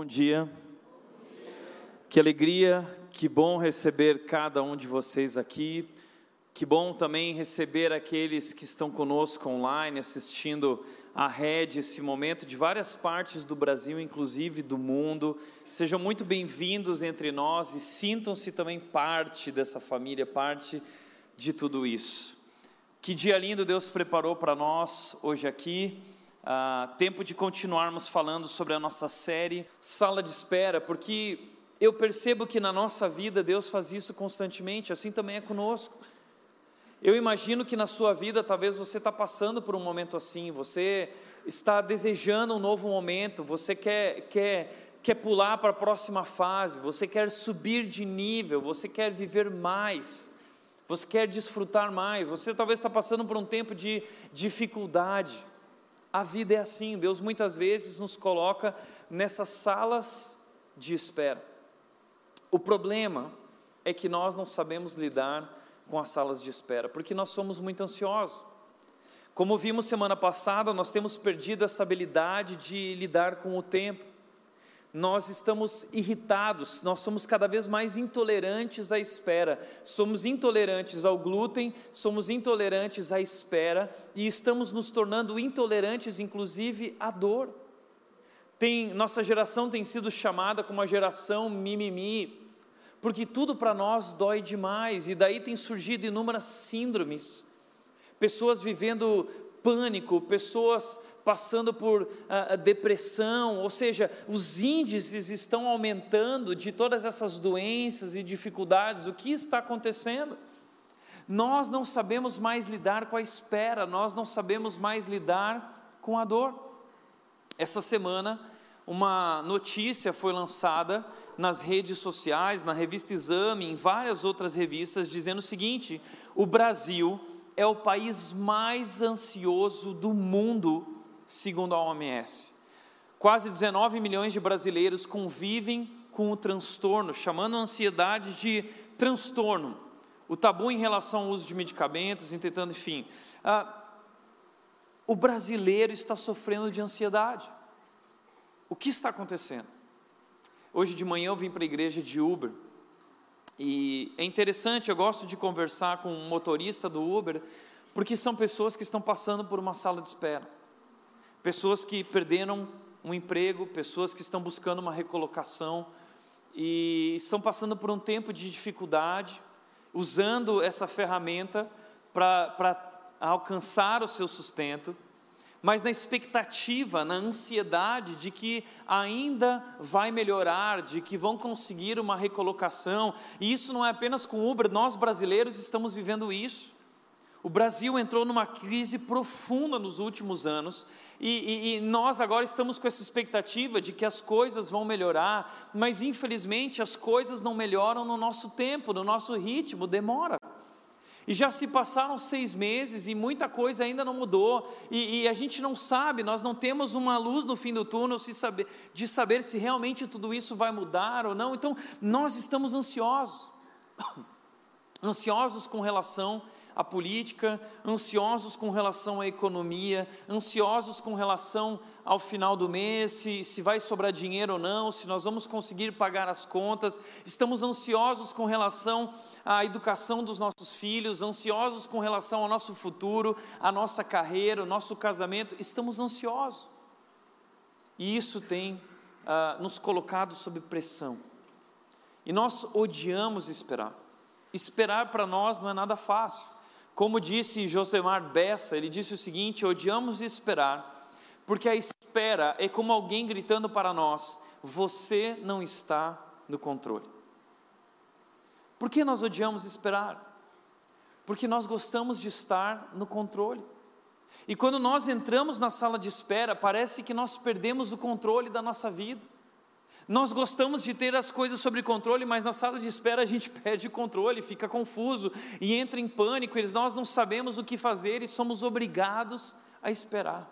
dia, que alegria, que bom receber cada um de vocês aqui, que bom também receber aqueles que estão conosco online, assistindo a rede, esse momento de várias partes do Brasil, inclusive do mundo. Sejam muito bem-vindos entre nós e sintam-se também parte dessa família, parte de tudo isso. Que dia lindo Deus preparou para nós hoje aqui. Tempo de continuarmos falando sobre a nossa série Sala de Espera, porque eu percebo que na nossa vida Deus faz isso constantemente, assim também é conosco. Eu imagino que na sua vida talvez você está passando por um momento assim, você está desejando um novo momento, você quer pular para a próxima fase, você quer subir de nível, você quer viver mais, você quer desfrutar mais, você talvez está passando por um tempo de dificuldade. A vida é assim, Deus muitas vezes nos coloca nessas salas de espera. O problema é que nós não sabemos lidar com as salas de espera, porque nós somos muito ansiosos. Como vimos semana passada, nós temos perdido essa habilidade de lidar com o tempo. Nós estamos irritados, nós somos cada vez mais intolerantes à espera, somos intolerantes ao glúten, somos intolerantes à espera e estamos nos tornando intolerantes inclusive à dor. Nossa geração tem sido chamada como a geração mimimi, porque tudo para nós dói demais e daí tem surgido inúmeras síndromes, pessoas vivendo pânico, pessoas passando por depressão, ou seja, os índices estão aumentando de todas essas doenças e dificuldades. O que está acontecendo? Nós não sabemos mais lidar com a espera, nós não sabemos mais lidar com a dor. Essa semana, uma notícia foi lançada nas redes sociais, na revista Exame, em várias outras revistas, dizendo o seguinte: o Brasil é o país mais ansioso do mundo, segundo a OMS. Quase 19 milhões de brasileiros convivem com o transtorno, chamando a ansiedade de transtorno. O tabu em relação ao uso de medicamentos, tentando, enfim. O brasileiro está sofrendo de ansiedade. O que está acontecendo? Hoje de manhã eu vim para a igreja de Uber, e é interessante, eu gosto de conversar com um motorista do Uber, porque são pessoas que estão passando por uma sala de espera. Pessoas que perderam um emprego, pessoas que estão buscando uma recolocação e estão passando por um tempo de dificuldade, usando essa ferramenta para alcançar o seu sustento, mas na expectativa, na ansiedade de que ainda vai melhorar, de que vão conseguir uma recolocação. E isso não é apenas com Uber, nós brasileiros estamos vivendo isso. O Brasil entrou numa crise profunda nos últimos anos e nós agora estamos com essa expectativa de que as coisas vão melhorar, mas infelizmente as coisas não melhoram no nosso tempo, no nosso ritmo, demora. E já se passaram 6 meses e muita coisa ainda não mudou e a gente não sabe, nós não temos uma luz no fim do túnel de saber se realmente tudo isso vai mudar ou não. Então nós estamos ansiosos, ansiosos com relação à política, ansiosos com relação à economia, ansiosos com relação ao final do mês, se vai sobrar dinheiro ou não, se nós vamos conseguir pagar as contas. Estamos ansiosos com relação à educação dos nossos filhos, ansiosos com relação ao nosso futuro, à nossa carreira, ao nosso casamento. Estamos ansiosos. E isso tem nos colocado sob pressão. E nós odiamos esperar. Esperar para nós não é nada fácil. Como disse Josemar Bessa, ele disse o seguinte: odiamos esperar, porque a espera é como alguém gritando para nós: você não está no controle. Por que nós odiamos esperar? Porque nós gostamos de estar no controle. E quando nós entramos na sala de espera, parece que nós perdemos o controle da nossa vida. Nós gostamos de ter as coisas sob controle, mas na sala de espera a gente perde o controle, fica confuso e entra em pânico, e nós não sabemos o que fazer e somos obrigados a esperar.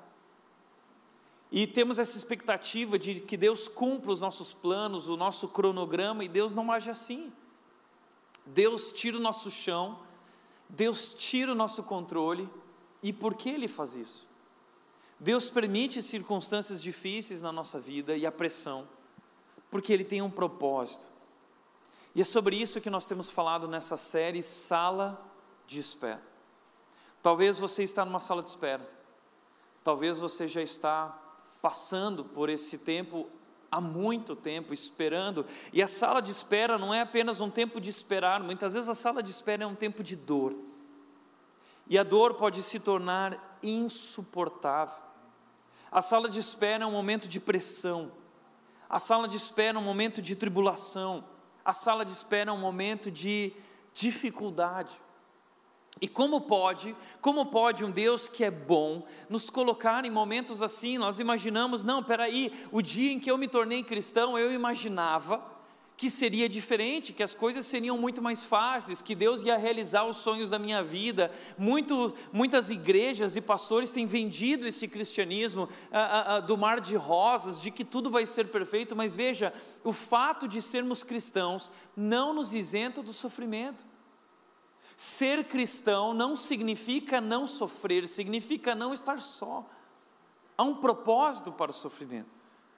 E temos essa expectativa de que Deus cumpra os nossos planos, o nosso cronograma, e Deus não age assim. Deus tira o nosso chão, Deus tira o nosso controle. E por que Ele faz isso? Deus permite circunstâncias difíceis na nossa vida e a pressão, porque Ele tem um propósito. E é sobre isso que nós temos falado nessa série, Sala de Espera. Talvez você está numa sala de espera, talvez você já está passando por esse tempo há muito tempo, esperando, e a sala de espera não é apenas um tempo de esperar, muitas vezes a sala de espera é um tempo de dor, e a dor pode se tornar insuportável. A sala de espera é um momento de pressão, a sala de espera é um momento de tribulação, a sala de espera é um momento de dificuldade. E como pode um Deus que é bom nos colocar em momentos assim? Nós imaginamos, não, peraí, o dia em que eu me tornei cristão, eu imaginava que seria diferente, que as coisas seriam muito mais fáceis, que Deus ia realizar os sonhos da minha vida. Muitas igrejas e pastores têm vendido esse cristianismo do mar de rosas, de que tudo vai ser perfeito, mas veja, o fato de sermos cristãos não nos isenta do sofrimento. Ser cristão não significa não sofrer, significa não estar só. Há um propósito para o sofrimento.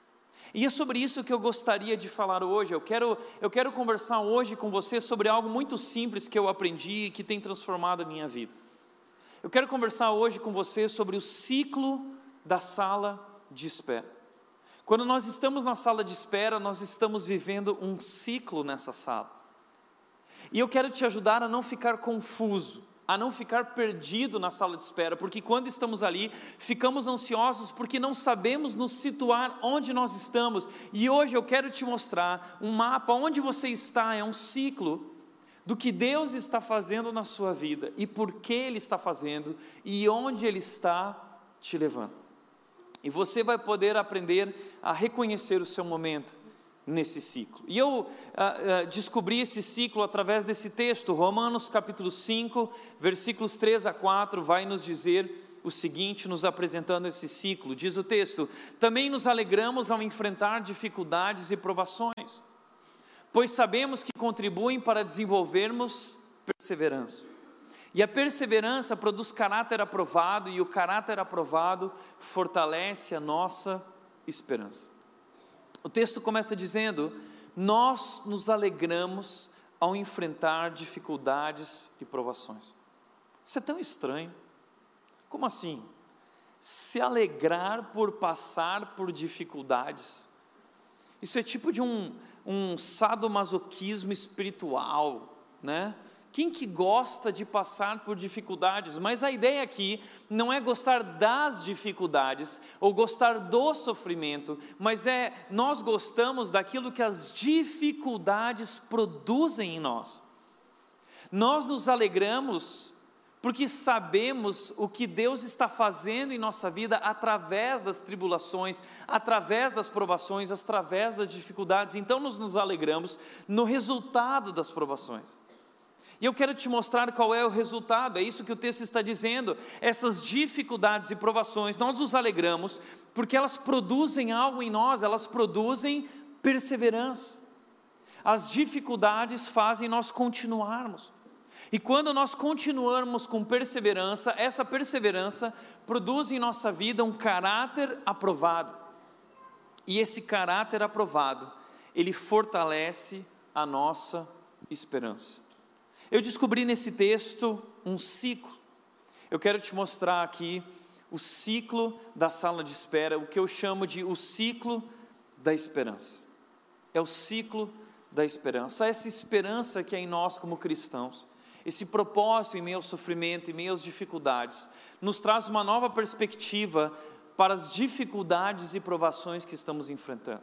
E é sobre isso que eu gostaria de falar hoje. Eu quero conversar hoje com você sobre algo muito simples que eu aprendi e que tem transformado a minha vida. Eu quero conversar hoje com você sobre o ciclo da sala de espera. Quando nós estamos na sala de espera, nós estamos vivendo um ciclo nessa sala. E eu quero te ajudar a não ficar confuso, a não ficar perdido na sala de espera, porque quando estamos ali, ficamos ansiosos porque não sabemos nos situar onde nós estamos. E hoje eu quero te mostrar um mapa onde você está, é um ciclo do que Deus está fazendo na sua vida, e por que Ele está fazendo, e onde Ele está te levando. E você vai poder aprender a reconhecer o seu momento nesse ciclo. E eu descobri esse ciclo através desse texto. Romanos capítulo 5, versículos 3 a 4, vai nos dizer o seguinte, nos apresentando esse ciclo. Diz o texto: também nos alegramos ao enfrentar dificuldades e provações, pois sabemos que contribuem para desenvolvermos perseverança. E a perseverança produz caráter aprovado, e o caráter aprovado fortalece a nossa esperança. O texto começa dizendo: nós nos alegramos ao enfrentar dificuldades e provações. Isso é tão estranho. Como assim? Se alegrar por passar por dificuldades. Isso é tipo de um sadomasoquismo espiritual, né? Quem que gosta de passar por dificuldades? Mas a ideia aqui não é gostar das dificuldades ou gostar do sofrimento, mas nós gostamos daquilo que as dificuldades produzem em nós. Nós nos alegramos porque sabemos o que Deus está fazendo em nossa vida através das tribulações, através das provações, através das dificuldades. Então nós nos alegramos no resultado das provações. E eu quero te mostrar qual é o resultado, é isso que o texto está dizendo. Essas dificuldades e provações, nós nos alegramos, porque elas produzem algo em nós, elas produzem perseverança. As dificuldades fazem nós continuarmos. E quando nós continuamos com perseverança, essa perseverança produz em nossa vida um caráter aprovado. E esse caráter aprovado, ele fortalece a nossa esperança. Eu descobri nesse texto um ciclo. Eu quero te mostrar aqui o ciclo da sala de espera, o que eu chamo de o ciclo da esperança. É o ciclo da esperança, essa esperança que é em nós como cristãos, esse propósito em meio ao sofrimento, em meio às dificuldades, nos traz uma nova perspectiva para as dificuldades e provações que estamos enfrentando.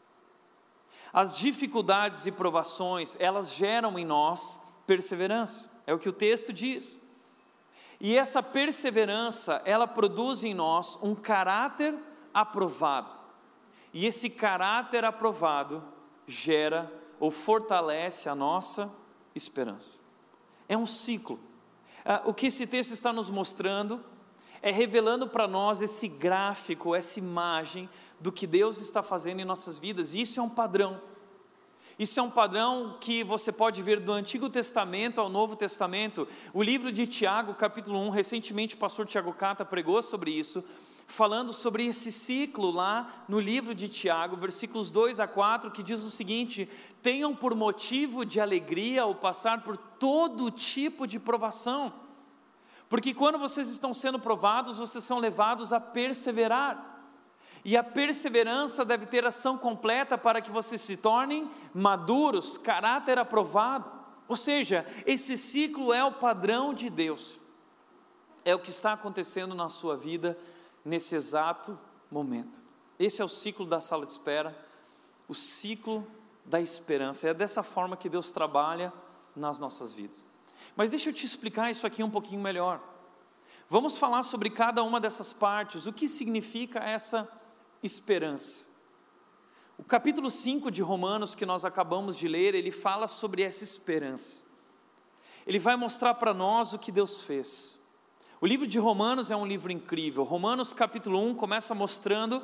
As dificuldades e provações, elas geram em nós perseverança, é o que o texto diz. E essa perseverança, ela produz em nós um caráter aprovado. E esse caráter aprovado gera ou fortalece a nossa esperança. É um ciclo. O que esse texto está nos mostrando é revelando para nós esse gráfico, essa imagem do que Deus está fazendo em nossas vidas. E isso é um padrão. Isso é um padrão que você pode ver do Antigo Testamento ao Novo Testamento. O livro de Tiago, capítulo 1, recentemente o pastor Tiago Cata pregou sobre isso. falando sobre esse ciclo lá no livro de Tiago, versículos 2 a 4, que diz o seguinte: tenham por motivo de alegria ao passar por todo tipo de provação, porque quando vocês estão sendo provados, vocês são levados a perseverar, e a perseverança deve ter ação completa para que vocês se tornem maduros, caráter aprovado. Ou seja, esse ciclo é o padrão de Deus, é o que está acontecendo na sua vida nesse exato momento. Esse é o ciclo da sala de espera, o ciclo da esperança. É dessa forma que Deus trabalha nas nossas vidas. Mas deixa eu te explicar isso aqui um pouquinho melhor. Vamos falar sobre cada uma dessas partes, o que significa essa esperança. O capítulo 5 de Romanos, que nós acabamos de ler, ele fala sobre essa esperança. Ele vai mostrar para nós o que Deus fez. O livro de Romanos é um livro incrível. Romanos capítulo 1 começa mostrando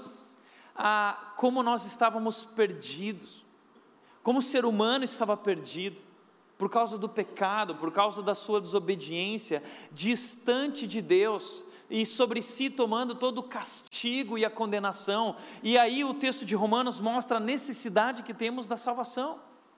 como nós estávamos perdidos, como o ser humano estava perdido, por causa do pecado, por causa da sua desobediência, distante de Deus, e sobre si tomando todo o castigo e a condenação. E aí o texto de Romanos mostra a necessidade que temos da salvação.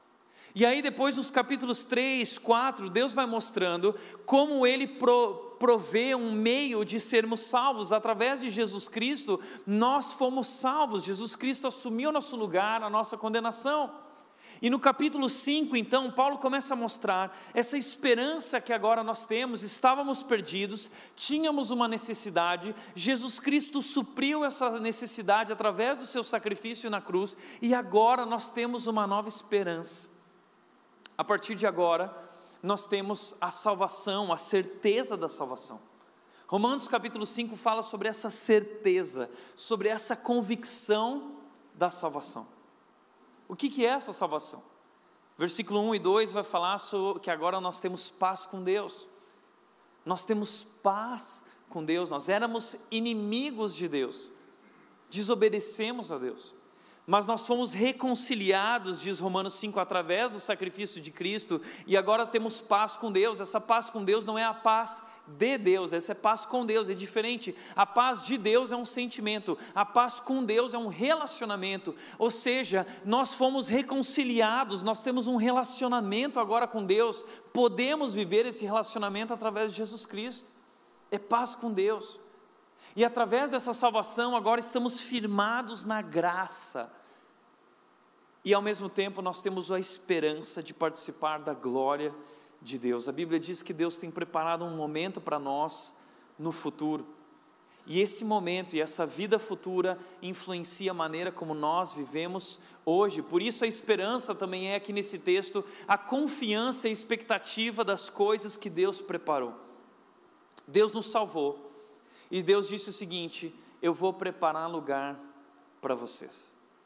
E aí depois nos capítulos 3, 4, Deus vai mostrando como Ele provê um meio de sermos salvos. Através de Jesus Cristo, nós fomos salvos. Jesus Cristo assumiu nosso lugar, a nossa condenação. E no capítulo 5, então, Paulo começa a mostrar essa esperança que agora nós temos. Estávamos perdidos, tínhamos uma necessidade, Jesus Cristo supriu essa necessidade através do seu sacrifício na cruz, e agora nós temos uma nova esperança. A partir de agora, nós temos a salvação, a certeza da salvação. Romanos capítulo 5 fala sobre essa certeza, sobre essa convicção da salvação. O que é essa salvação? Versículo 1 e 2 vai falar sobre que agora nós temos paz com Deus. Nós temos paz com Deus. Nós éramos inimigos de Deus, desobedecemos a Deus, mas nós fomos reconciliados, diz Romanos 5, através do sacrifício de Cristo, e agora temos paz com Deus. Essa paz com Deus não é a paz de Deus, essa é paz com Deus, é diferente. A paz de Deus é um sentimento, a paz com Deus é um relacionamento, ou seja, nós fomos reconciliados, nós temos um relacionamento agora com Deus, podemos viver esse relacionamento através de Jesus Cristo, é paz com Deus. E através dessa salvação agora estamos firmados na graça, e ao mesmo tempo nós temos a esperança de participar da glória de Deus. A Bíblia diz que Deus tem preparado um momento para nós no futuro, e esse momento e essa vida futura influencia a maneira como nós vivemos hoje. Por isso a esperança também é aqui nesse texto, a confiança e a expectativa das coisas que Deus preparou. Deus nos salvou, e Deus disse o seguinte: eu vou preparar lugar para vocês.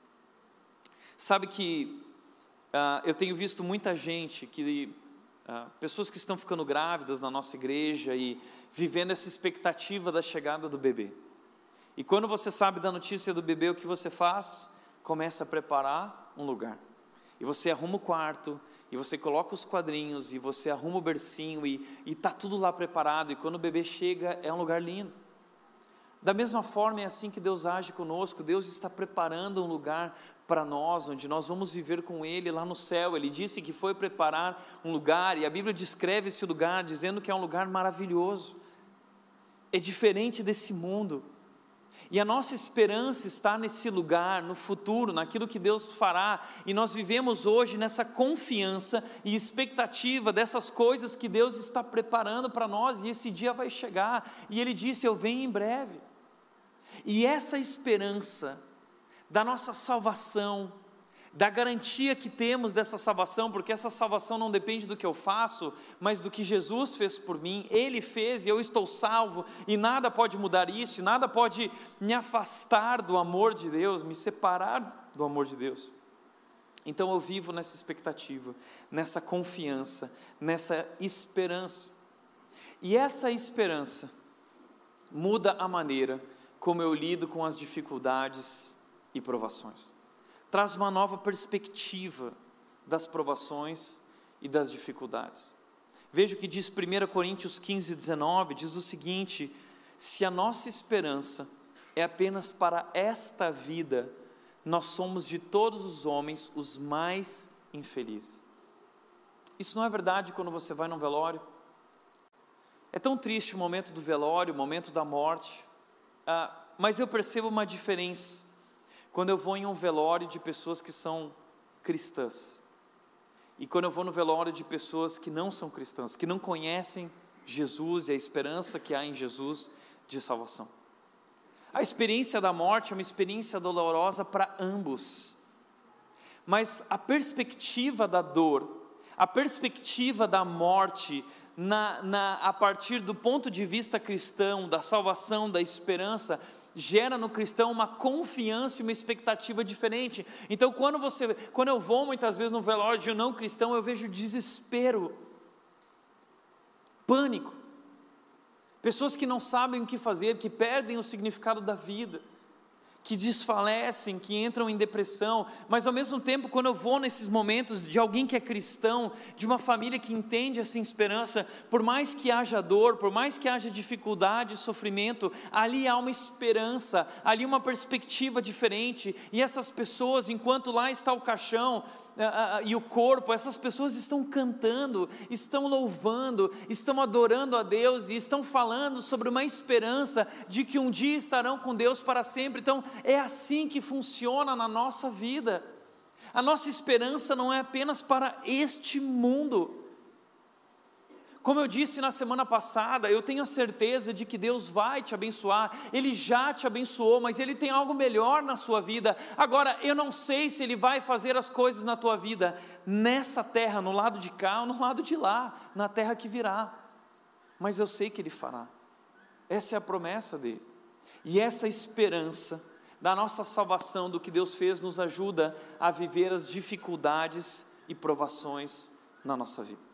Sabe que eu tenho visto muita gente, pessoas que estão ficando grávidas na nossa igreja e vivendo essa expectativa da chegada do bebê. E quando você sabe da notícia do bebê, o que você faz? Começa a preparar um lugar. E você arruma o quarto, e você coloca os quadrinhos, e você arruma o bercinho, e está tudo lá preparado. E quando o bebê chega, é um lugar lindo. Da mesma forma é assim que Deus age conosco. Deus está preparando um lugar para nós, onde nós vamos viver com Ele lá no céu. Ele disse que foi preparar um lugar, e a Bíblia descreve esse lugar, dizendo que é um lugar maravilhoso, é diferente desse mundo, e a nossa esperança está nesse lugar, no futuro, naquilo que Deus fará, e nós vivemos hoje nessa confiança e expectativa dessas coisas que Deus está preparando para nós, e esse dia vai chegar, e Ele disse: eu venho em breve. E essa esperança da nossa salvação, da garantia que temos dessa salvação, porque essa salvação não depende do que eu faço, mas do que Jesus fez por mim. Ele fez e eu estou salvo, e nada pode mudar isso, e nada pode me afastar do amor de Deus, me separar do amor de Deus. Então eu vivo nessa expectativa, nessa confiança, nessa esperança, e essa esperança muda a maneira como eu lido com as dificuldades e provações. Traz uma nova perspectiva das provações e das dificuldades. Veja o que diz 1 Coríntios 15, 19, diz o seguinte: se a nossa esperança é apenas para esta vida, nós somos de todos os homens os mais infelizes. Isso não é verdade quando você vai num velório? É tão triste o momento do velório, o momento da morte, mas eu percebo uma diferença quando eu vou em um velório de pessoas que são cristãs, e quando eu vou no velório de pessoas que não são cristãs, que não conhecem Jesus e a esperança que há em Jesus de salvação. A experiência da morte é uma experiência dolorosa para ambos, mas a perspectiva da dor, a perspectiva da morte, a partir do ponto de vista cristão, da salvação, da esperança, gera no cristão uma confiança e uma expectativa diferente. Então quando eu vou muitas vezes no velório de um não cristão, eu vejo desespero, pânico, pessoas que não sabem o que fazer, que perdem o significado da vida, que desfalecem, que entram em depressão, mas ao mesmo tempo, quando eu vou nesses momentos de alguém que é cristão, de uma família que entende essa esperança, por mais que haja dor, por mais que haja dificuldade, sofrimento, ali há uma esperança, ali uma perspectiva diferente, e essas pessoas, enquanto lá está o caixão e o corpo, essas pessoas estão cantando, estão louvando, estão adorando a Deus, e estão falando sobre uma esperança de que um dia estarão com Deus para sempre. Então é assim que funciona na nossa vida. A nossa esperança não é apenas para este mundo. Como eu disse na semana passada, eu tenho a certeza de que Deus vai te abençoar, Ele já te abençoou, mas Ele tem algo melhor na sua vida. Agora, eu não sei se Ele vai fazer as coisas na tua vida, nessa terra, no lado de cá ou no lado de lá, na terra que virá, mas eu sei que Ele fará. Essa é a promessa dEle, e essa esperança da nossa salvação, do que Deus fez, nos ajuda a viver as dificuldades e provações na nossa vida.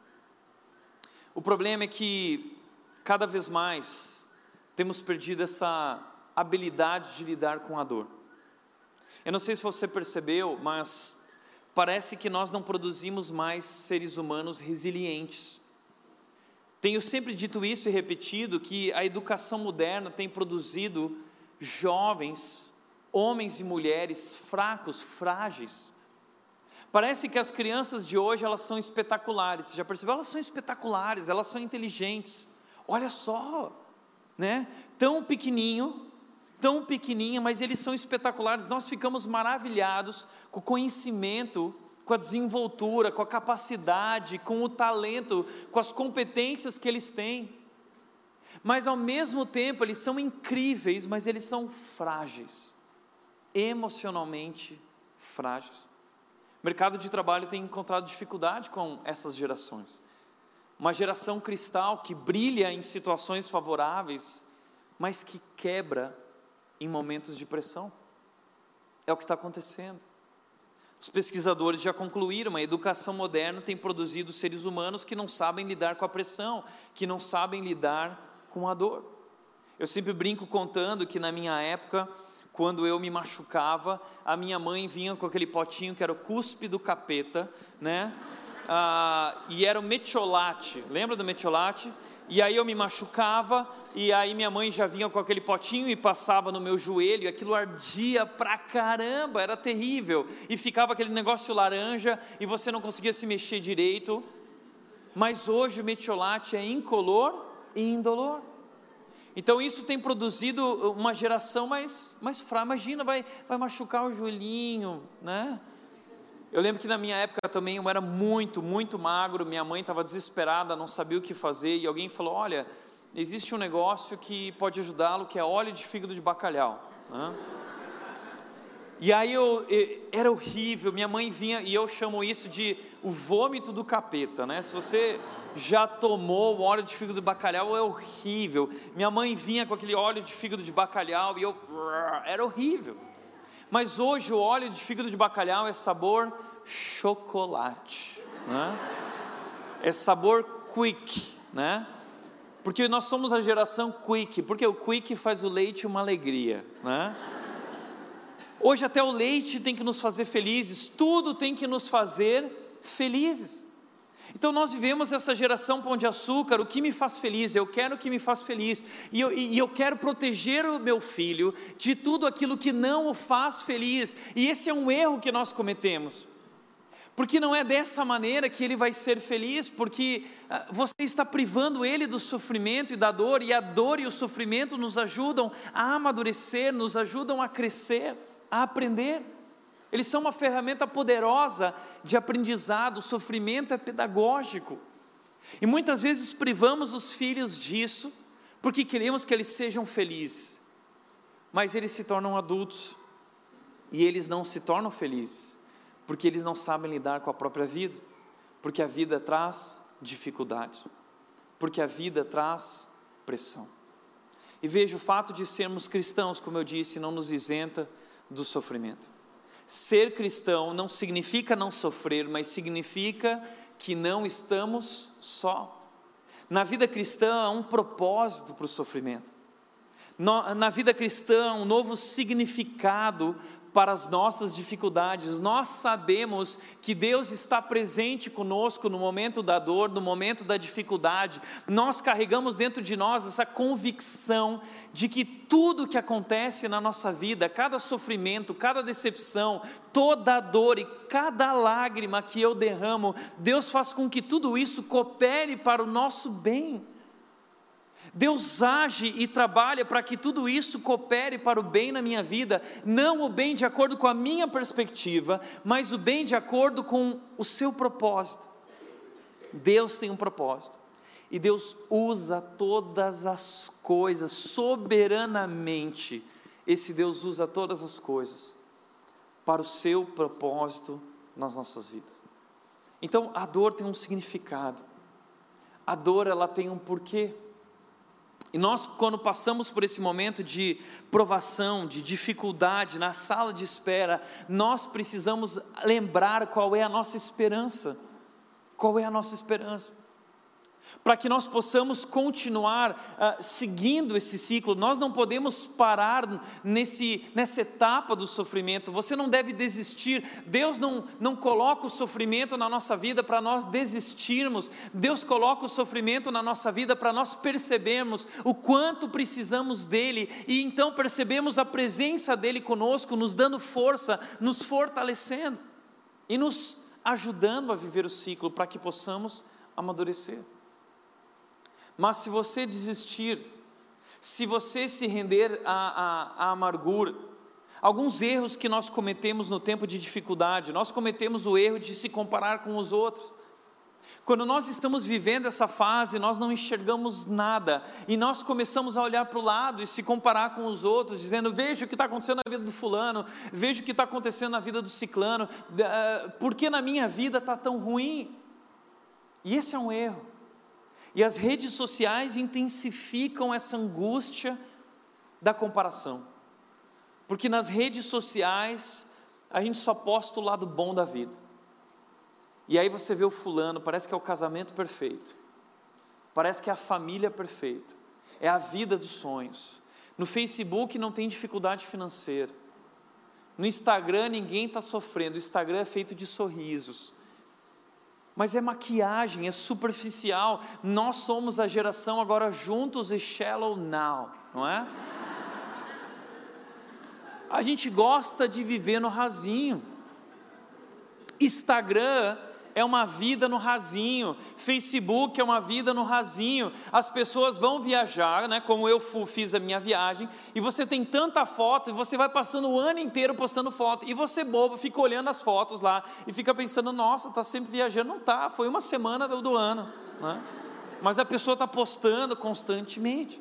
O problema é que, cada vez mais, temos perdido essa habilidade de lidar com a dor. Eu não sei se você percebeu, mas parece que nós não produzimos mais seres humanos resilientes. Tenho sempre dito isso e repetido, que a educação moderna tem produzido jovens, homens e mulheres fracos, frágeis. Parece que as crianças de hoje, elas são espetaculares. Você já percebeu? Elas são espetaculares, elas são inteligentes. Olha só, né? Tão pequenininha, mas eles são espetaculares. Nós ficamos maravilhados com o conhecimento, com a desenvoltura, com a capacidade, com o talento, com as competências que eles têm. Mas ao mesmo tempo, eles são incríveis, mas eles são frágeis, emocionalmente frágeis. O mercado de trabalho tem encontrado dificuldade com essas gerações. Uma geração cristal que brilha em situações favoráveis, mas que quebra em momentos de pressão. É o que está acontecendo. Os pesquisadores já concluíram, a educação moderna tem produzido seres humanos que não sabem lidar com a pressão, que não sabem lidar com a dor. Eu sempre brinco contando que na minha época, quando eu me machucava, a minha mãe vinha com aquele potinho que era o cuspe do capeta, né? E era o metiolate, lembra do metiolate? E aí eu me machucava, e aí minha mãe já vinha com aquele potinho e passava no meu joelho, e aquilo ardia pra caramba, era terrível, e ficava aquele negócio laranja, e você não conseguia se mexer direito. Mas hoje o metiolate é incolor e indolor. Então isso tem produzido uma geração mais fraca. Imagina, vai machucar o joelhinho, né? Eu lembro que na minha época também eu era muito magro, minha mãe estava desesperada, não sabia o que fazer, e alguém falou, olha, existe um negócio que pode ajudá-lo, que é óleo de fígado de bacalhau, né? E aí era horrível, minha mãe vinha, e eu chamo isso de o vômito do capeta, né? Se você já tomou o óleo de fígado de bacalhau, é horrível. Minha mãe vinha com aquele óleo de fígado de bacalhau, e era horrível. Mas hoje o óleo de fígado de bacalhau é sabor chocolate, né? É sabor quick, né? Porque nós somos a geração quick, porque o quick faz o leite uma alegria, né? Hoje até o leite tem que nos fazer felizes, tudo tem que nos fazer felizes. Então nós vivemos essa geração pão de açúcar, o que me faz feliz, eu quero o que me faz feliz, e eu quero proteger o meu filho de tudo aquilo que não o faz feliz, e esse é um erro que nós cometemos, porque não é dessa maneira que ele vai ser feliz, porque você está privando ele do sofrimento e da dor, e a dor e o sofrimento nos ajudam a amadurecer, nos ajudam a crescer, a aprender. Eles são uma ferramenta poderosa de aprendizado, o sofrimento é pedagógico. E muitas vezes privamos os filhos disso, porque queremos que eles sejam felizes. Mas eles se tornam adultos, e eles não se tornam felizes, porque eles não sabem lidar com a própria vida, porque a vida traz dificuldade, porque a vida traz pressão. E veja, o fato de sermos cristãos, como eu disse, não nos isenta do sofrimento. Ser cristão não significa não sofrer, mas significa que não estamos só. Na vida cristã há um propósito para o sofrimento. Na vida cristã, um novo significado para as nossas dificuldades. Nós sabemos que Deus está presente conosco no momento da dor, no momento da dificuldade. Nós carregamos dentro de nós essa convicção de que tudo que acontece na nossa vida, cada sofrimento, cada decepção, toda dor e cada lágrima que eu derramo, Deus faz com que tudo isso coopere para o nosso bem. Deus age e trabalha para que tudo isso coopere para o bem na minha vida, não o bem de acordo com a minha perspectiva, mas o bem de acordo com o seu propósito. Deus tem um propósito, e Deus usa todas as coisas, soberanamente, esse Deus usa todas as coisas, para o seu propósito nas nossas vidas. Então a dor tem um significado, a dor ela tem um porquê. E nós, quando passamos por esse momento de provação, de dificuldade, na sala de espera, nós precisamos lembrar qual é a nossa esperança. Qual é a nossa esperança? Para que nós possamos continuar seguindo esse ciclo, nós não podemos parar nessa etapa do sofrimento. Você não deve desistir. Deus não coloca o sofrimento na nossa vida para nós desistirmos. Deus coloca o sofrimento na nossa vida para nós percebermos o quanto precisamos dEle, e então percebemos a presença dEle conosco, nos dando força, nos fortalecendo e nos ajudando a viver o ciclo para que possamos amadurecer. Mas se você desistir, se você se render à amargura, alguns erros que nós cometemos no tempo de dificuldade, nós cometemos o erro de se comparar com os outros. Quando nós estamos vivendo essa fase, nós não enxergamos nada, e nós começamos a olhar para o lado e se comparar com os outros, dizendo: veja o que está acontecendo na vida do fulano, veja o que está acontecendo na vida do ciclano, por que na minha vida está tão ruim? E esse é um erro. E as redes sociais intensificam essa angústia da comparação, porque nas redes sociais a gente só posta o lado bom da vida, e aí você vê o fulano, parece que é o casamento perfeito, parece que é a família perfeita, é a vida dos sonhos. No Facebook não tem dificuldade financeira, no Instagram ninguém está sofrendo, o Instagram é feito de sorrisos, mas é maquiagem, é superficial. Nós somos a geração agora juntos e shallow now, não é? A gente gosta de viver no rasinho. Instagram é uma vida no rasinho, Facebook é uma vida no rasinho. As pessoas vão viajar, né, como eu fiz a minha viagem, e você tem tanta foto, e você vai passando o ano inteiro postando foto, e você bobo, fica olhando as fotos lá, e fica pensando: nossa, está sempre viajando. Não está, foi uma semana do ano, né? Mas a pessoa está postando constantemente.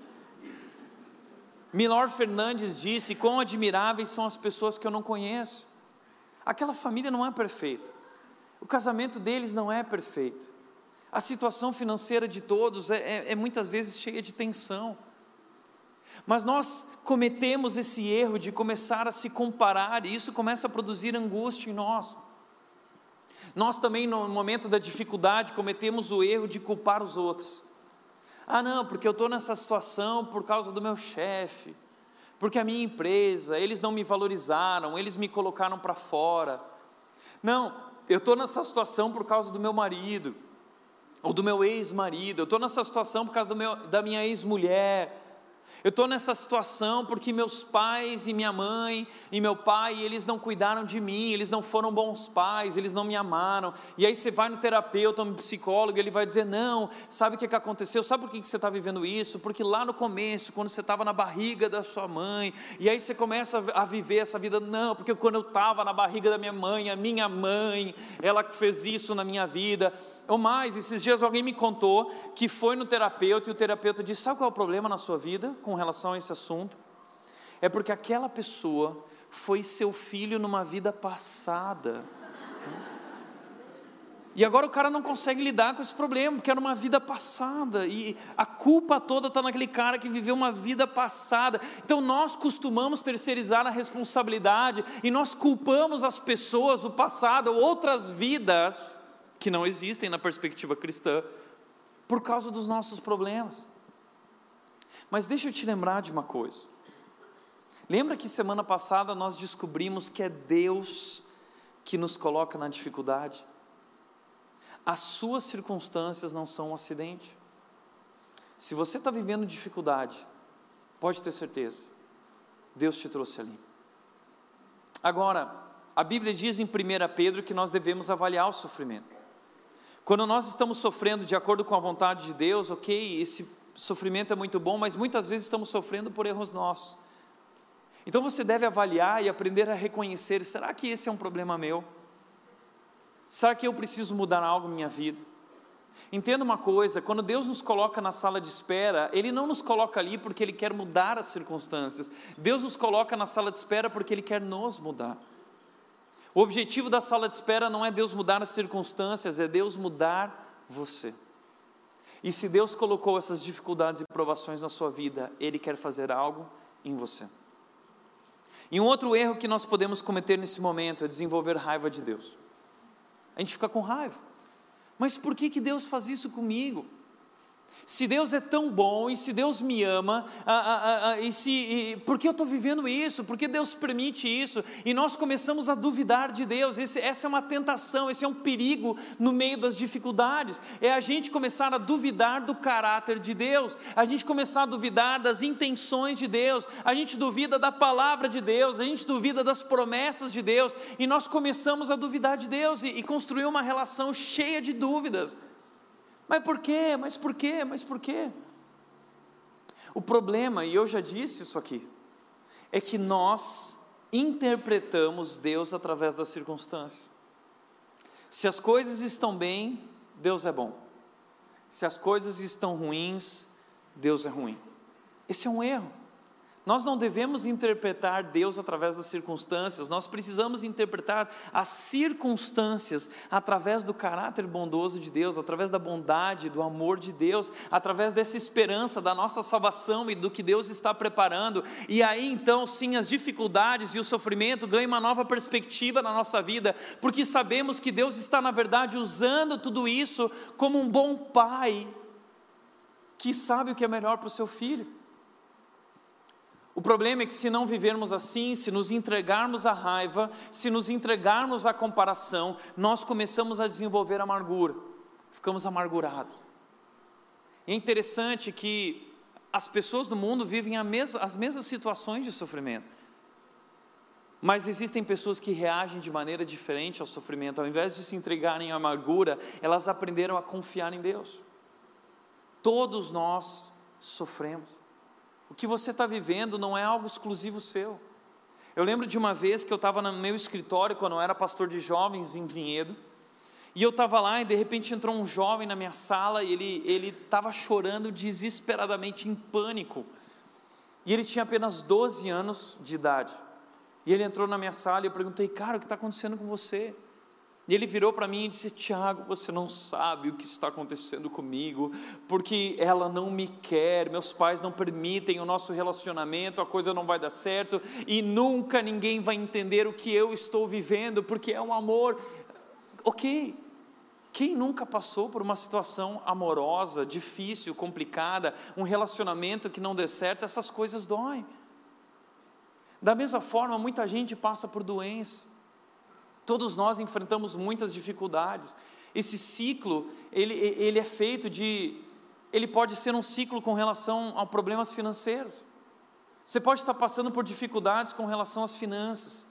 Milor Fernandes disse: quão admiráveis são as pessoas que eu não conheço. Aquela família não é perfeita, o casamento deles não é perfeito, a situação financeira de todos é muitas vezes cheia de tensão, mas nós cometemos esse erro de começar a se comparar, e isso começa a produzir angústia em nós. Nós também, no momento da dificuldade, cometemos o erro de culpar os outros. Não, porque eu estou nessa situação por causa do meu chefe, porque a minha empresa, eles não me valorizaram, eles me colocaram para fora. Não, eu estou nessa situação por causa do meu marido, ou do meu ex-marido, eu estou nessa situação por causa da minha ex-mulher, eu estou nessa situação porque meus pais e minha mãe e meu pai, eles não cuidaram de mim, eles não foram bons pais, eles não me amaram. E aí você vai no terapeuta, no psicólogo, ele vai dizer, não, sabe o que aconteceu? Sabe por que você está vivendo isso? Porque lá no começo, quando você estava na barriga da sua mãe, e aí você começa a viver essa vida, não, porque quando eu estava na barriga da minha mãe, a minha mãe, ela fez isso na minha vida. Ou mais, esses dias alguém me contou que foi no terapeuta e o terapeuta disse, sabe qual é o problema na sua vida com relação a esse assunto? É porque aquela pessoa foi seu filho numa vida passada. E agora o cara não consegue lidar com esse problema, porque era uma vida passada, e a culpa toda está naquele cara que viveu uma vida passada. Então nós costumamos terceirizar a responsabilidade, e nós culpamos as pessoas, o passado, outras vidas, que não existem na perspectiva cristã, por causa dos nossos problemas. Mas deixa eu te lembrar de uma coisa, lembra que semana passada nós descobrimos que é Deus que nos coloca na dificuldade? As suas circunstâncias não são um acidente. Se você está vivendo dificuldade, pode ter certeza, Deus te trouxe ali. Agora, a Bíblia diz em 1 Pedro que nós devemos avaliar o sofrimento. Quando nós estamos sofrendo de acordo com a vontade de Deus, ok, esse sofrimento é muito bom, mas muitas vezes estamos sofrendo por erros nossos. Então você deve avaliar e aprender a reconhecer, será que esse é um problema meu? Será que eu preciso mudar algo na minha vida? Entenda uma coisa, quando Deus nos coloca na sala de espera, Ele não nos coloca ali porque Ele quer mudar as circunstâncias. Deus nos coloca na sala de espera porque Ele quer nos mudar. O objetivo da sala de espera não é Deus mudar as circunstâncias, é Deus mudar você. E se Deus colocou essas dificuldades e provações na sua vida, Ele quer fazer algo em você. E um outro erro que nós podemos cometer nesse momento é desenvolver raiva de Deus. A gente fica com raiva, mas por que Deus faz isso comigo? Se Deus é tão bom, e se Deus me ama, por que eu estou vivendo isso? Por que Deus permite isso? E nós começamos a duvidar de Deus. Essa é uma tentação, esse é um perigo no meio das dificuldades, é a gente começar a duvidar do caráter de Deus, a gente começar a duvidar das intenções de Deus, a gente duvida da palavra de Deus, a gente duvida das promessas de Deus, e nós começamos a duvidar de Deus, e construir uma relação cheia de dúvidas. Mas por quê? Mas por quê? Mas por quê? O problema, e eu já disse isso aqui, é que nós interpretamos Deus através das circunstâncias. Se as coisas estão bem, Deus é bom. Se as coisas estão ruins, Deus é ruim. Esse é um erro. Nós não devemos interpretar Deus através das circunstâncias, nós precisamos interpretar as circunstâncias através do caráter bondoso de Deus, através da bondade, do amor de Deus, através dessa esperança da nossa salvação e do que Deus está preparando. E aí então sim, as dificuldades e o sofrimento ganham uma nova perspectiva na nossa vida, porque sabemos que Deus está na verdade usando tudo isso como um bom pai que sabe o que é melhor para o seu filho. O problema é que se não vivermos assim, se nos entregarmos à raiva, se nos entregarmos à comparação, nós começamos a desenvolver amargura, ficamos amargurados. E é interessante que as pessoas do mundo vivem as mesmas situações de sofrimento, mas existem pessoas que reagem de maneira diferente ao sofrimento. Ao invés de se entregarem à amargura, elas aprenderam a confiar em Deus. Todos nós sofremos. O que você está vivendo não é algo exclusivo seu. Eu lembro de uma vez que eu estava no meu escritório, quando eu era pastor de jovens em Vinhedo, e eu estava lá e de repente entrou um jovem na minha sala, e ele estava chorando desesperadamente, em pânico, e ele tinha apenas 12 anos de idade, e ele entrou na minha sala e eu perguntei, cara, o que está acontecendo com você? E ele virou para mim e disse, Tiago, você não sabe o que está acontecendo comigo, porque ela não me quer, meus pais não permitem o nosso relacionamento, a coisa não vai dar certo, e nunca ninguém vai entender o que eu estou vivendo, porque é um amor. Ok, quem nunca passou por uma situação amorosa, difícil, complicada, um relacionamento que não dê certo, essas coisas doem. Da mesma forma, muita gente passa por doença. Todos nós enfrentamos muitas dificuldades, Esse ciclo, ele é feito ele pode ser um ciclo com relação a problemas financeiros. Você pode estar passando por dificuldades com relação às finanças,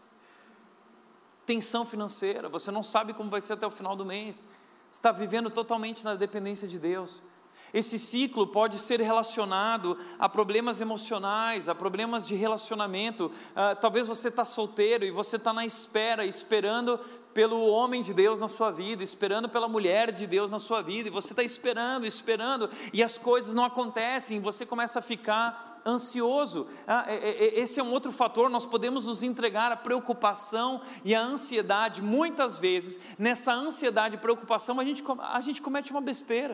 tensão financeira, você não sabe como vai ser até o final do mês, você está vivendo totalmente na dependência de Deus. Esse ciclo pode ser relacionado a problemas emocionais, a problemas de relacionamento. Talvez você está solteiro e você está na espera, esperando pelo homem de Deus na sua vida, esperando pela mulher de Deus na sua vida, e você está esperando, e as coisas não acontecem, e você começa a ficar ansioso. Esse é um outro fator. Nós podemos nos entregar à preocupação e à ansiedade. Muitas vezes, nessa ansiedade e preocupação, a gente comete uma besteira.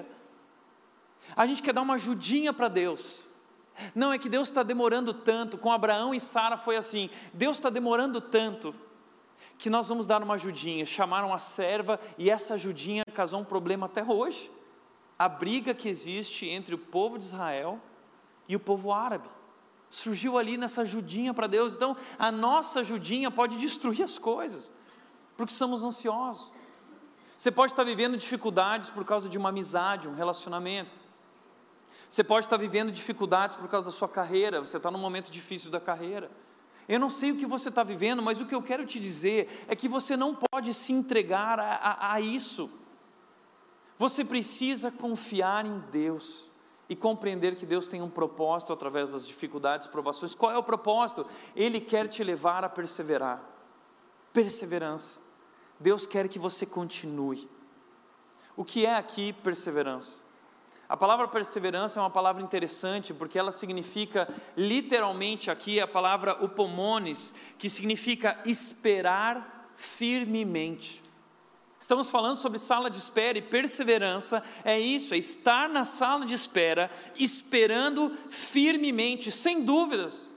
A gente quer dar uma ajudinha para Deus. Não, é que Deus está demorando tanto. Com Abraão e Sara foi assim: Deus está demorando tanto que nós vamos dar uma ajudinha. Chamaram a serva e essa ajudinha causou um problema até hoje. A briga que existe entre o povo de Israel e o povo árabe surgiu ali nessa ajudinha para Deus. Então a nossa ajudinha pode destruir as coisas, porque somos ansiosos. Você pode estar vivendo dificuldades por causa de uma amizade, um relacionamento. Você pode estar vivendo dificuldades por causa da sua carreira, você está num momento difícil da carreira. Eu não sei o que você está vivendo, mas o que eu quero te dizer é que você não pode se entregar a isso. Você precisa confiar em Deus e compreender que Deus tem um propósito através das dificuldades, provações. Qual é o propósito? Ele quer te levar a perseverar. Perseverança. Deus quer que você continue. O que é aqui perseverança? A palavra perseverança é uma palavra interessante, porque ela significa, literalmente aqui, a palavra upomones, que significa esperar firmemente. Estamos falando sobre sala de espera, e perseverança é isso, é estar na sala de espera, esperando firmemente, sem dúvidas.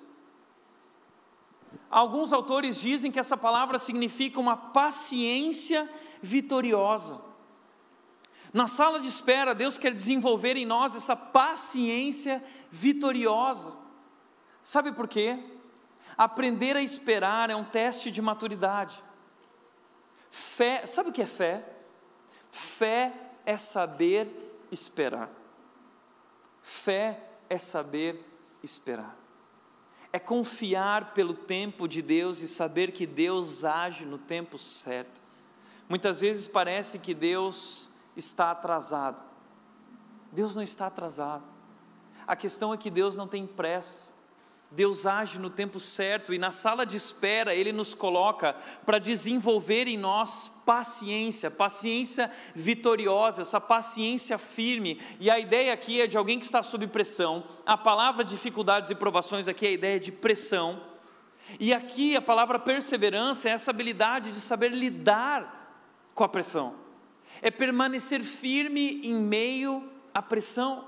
Alguns autores dizem que essa palavra significa uma paciência vitoriosa. Na sala de espera, Deus quer desenvolver em nós essa paciência vitoriosa. Sabe por quê? Aprender a esperar é um teste de maturidade. Fé, sabe o que é fé? Fé é saber esperar. Fé é saber esperar. É confiar pelo tempo de Deus e saber que Deus age no tempo certo. Muitas vezes parece que Deus está atrasado. Deus não está atrasado. A questão é que Deus não tem pressa. Deus age no tempo certo, e na sala de espera Ele nos coloca para desenvolver em nós paciência vitoriosa, essa paciência firme. E a ideia aqui é de alguém que está sob pressão. A palavra dificuldades e provações aqui é a ideia de pressão, e aqui a palavra perseverança é essa habilidade de saber lidar com a pressão, é permanecer firme em meio à pressão.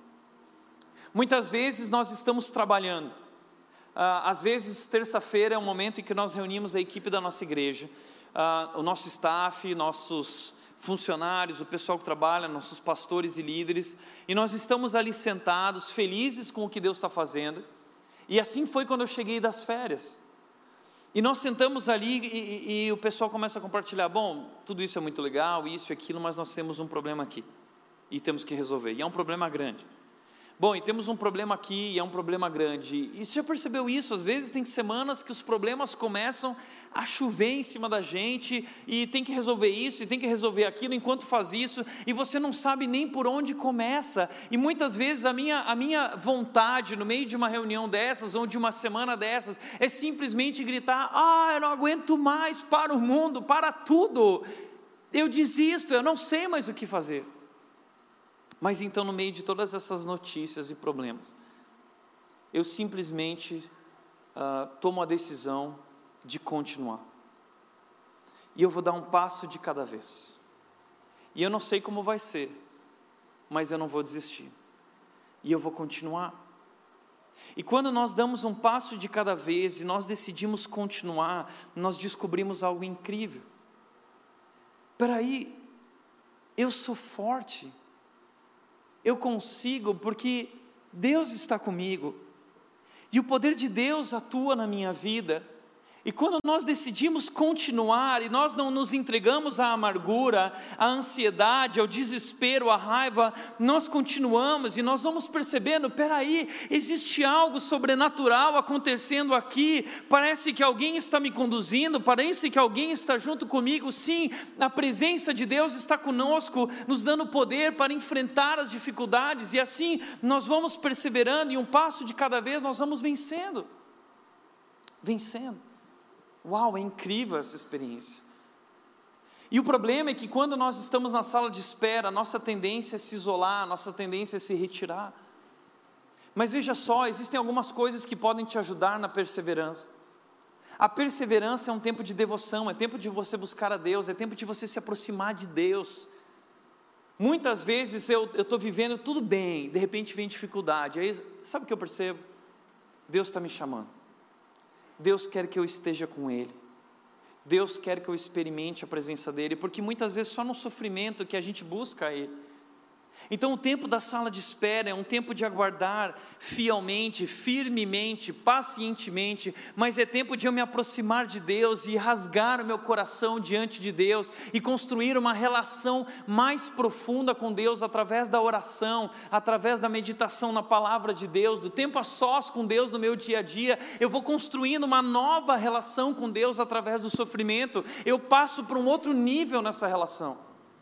Muitas vezes nós estamos trabalhando, às vezes terça-feira é um momento em que nós reunimos a equipe da nossa igreja, o nosso staff, nossos funcionários, o pessoal que trabalha, nossos pastores e líderes, e nós estamos ali sentados, felizes com o que Deus está fazendo. E assim foi quando eu cheguei das férias, e nós sentamos ali e o pessoal começa a compartilhar: bom, tudo isso é muito legal, isso e aquilo, mas nós temos um problema aqui, e temos que resolver, e é um problema grande. Bom, e temos um problema aqui, e é um problema grande. E você já percebeu isso? Às vezes tem semanas que os problemas começam a chover em cima da gente, e tem que resolver isso, e tem que resolver aquilo, enquanto faz isso, e você não sabe nem por onde começa. E muitas vezes a minha vontade, no meio de uma reunião dessas, ou de uma semana dessas, é simplesmente gritar: eu não aguento mais, para o mundo, para tudo, eu desisto, eu não sei mais o que fazer. Mas então, no meio de todas essas notícias e problemas, eu simplesmente tomo a decisão de continuar. E eu vou dar um passo de cada vez. E eu não sei como vai ser, mas eu não vou desistir. E eu vou continuar. E quando nós damos um passo de cada vez e nós decidimos continuar, nós descobrimos algo incrível. Peraí, eu sou forte. Eu consigo porque Deus está comigo, e o poder de Deus atua na minha vida. E quando nós decidimos continuar e nós não nos entregamos à amargura, à ansiedade, ao desespero, à raiva, nós continuamos e nós vamos percebendo, peraí, existe algo sobrenatural acontecendo aqui, parece que alguém está me conduzindo, parece que alguém está junto comigo, sim, a presença de Deus está conosco, nos dando poder para enfrentar as dificuldades, e assim nós vamos perseverando, e um passo de cada vez nós vamos vencendo. Uau, é incrível essa experiência. E o problema é que quando nós estamos na sala de espera, a nossa tendência é se isolar, a nossa tendência é se retirar. Mas veja só, existem algumas coisas que podem te ajudar na perseverança. A perseverança é um tempo de devoção, é tempo de você buscar a Deus, é tempo de você se aproximar de Deus. Muitas vezes eu estou vivendo tudo bem, de repente vem dificuldade, aí sabe o que eu percebo? Deus está me chamando. Deus quer que eu esteja com Ele, Deus quer que eu experimente a presença dEle, porque muitas vezes só no sofrimento que a gente busca Ele. Então o tempo da sala de espera é um tempo de aguardar fielmente, firmemente, pacientemente, mas é tempo de eu me aproximar de Deus e rasgar o meu coração diante de Deus e construir uma relação mais profunda com Deus através da oração, através da meditação na palavra de Deus, do tempo a sós com Deus no meu dia a dia. Eu vou construindo uma nova relação com Deus através do sofrimento, eu passo para um outro nível nessa relação.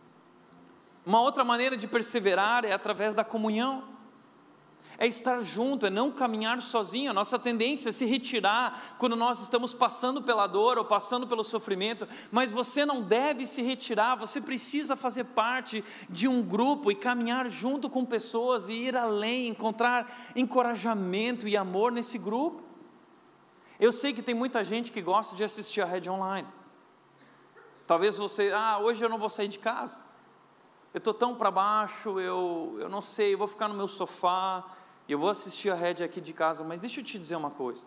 Uma outra maneira de perseverar é através da comunhão, é estar junto, é não caminhar sozinho. A nossa tendência é se retirar quando nós estamos passando pela dor ou passando pelo sofrimento, mas você não deve se retirar, você precisa fazer parte de um grupo e caminhar junto com pessoas e ir além, encontrar encorajamento e amor nesse grupo. Eu sei que tem muita gente que gosta de assistir a rede online. Talvez você, hoje eu não vou sair de casa, eu estou tão para baixo, eu não sei, eu vou ficar no meu sofá, eu vou assistir a rede aqui de casa. Mas deixa eu te dizer uma coisa,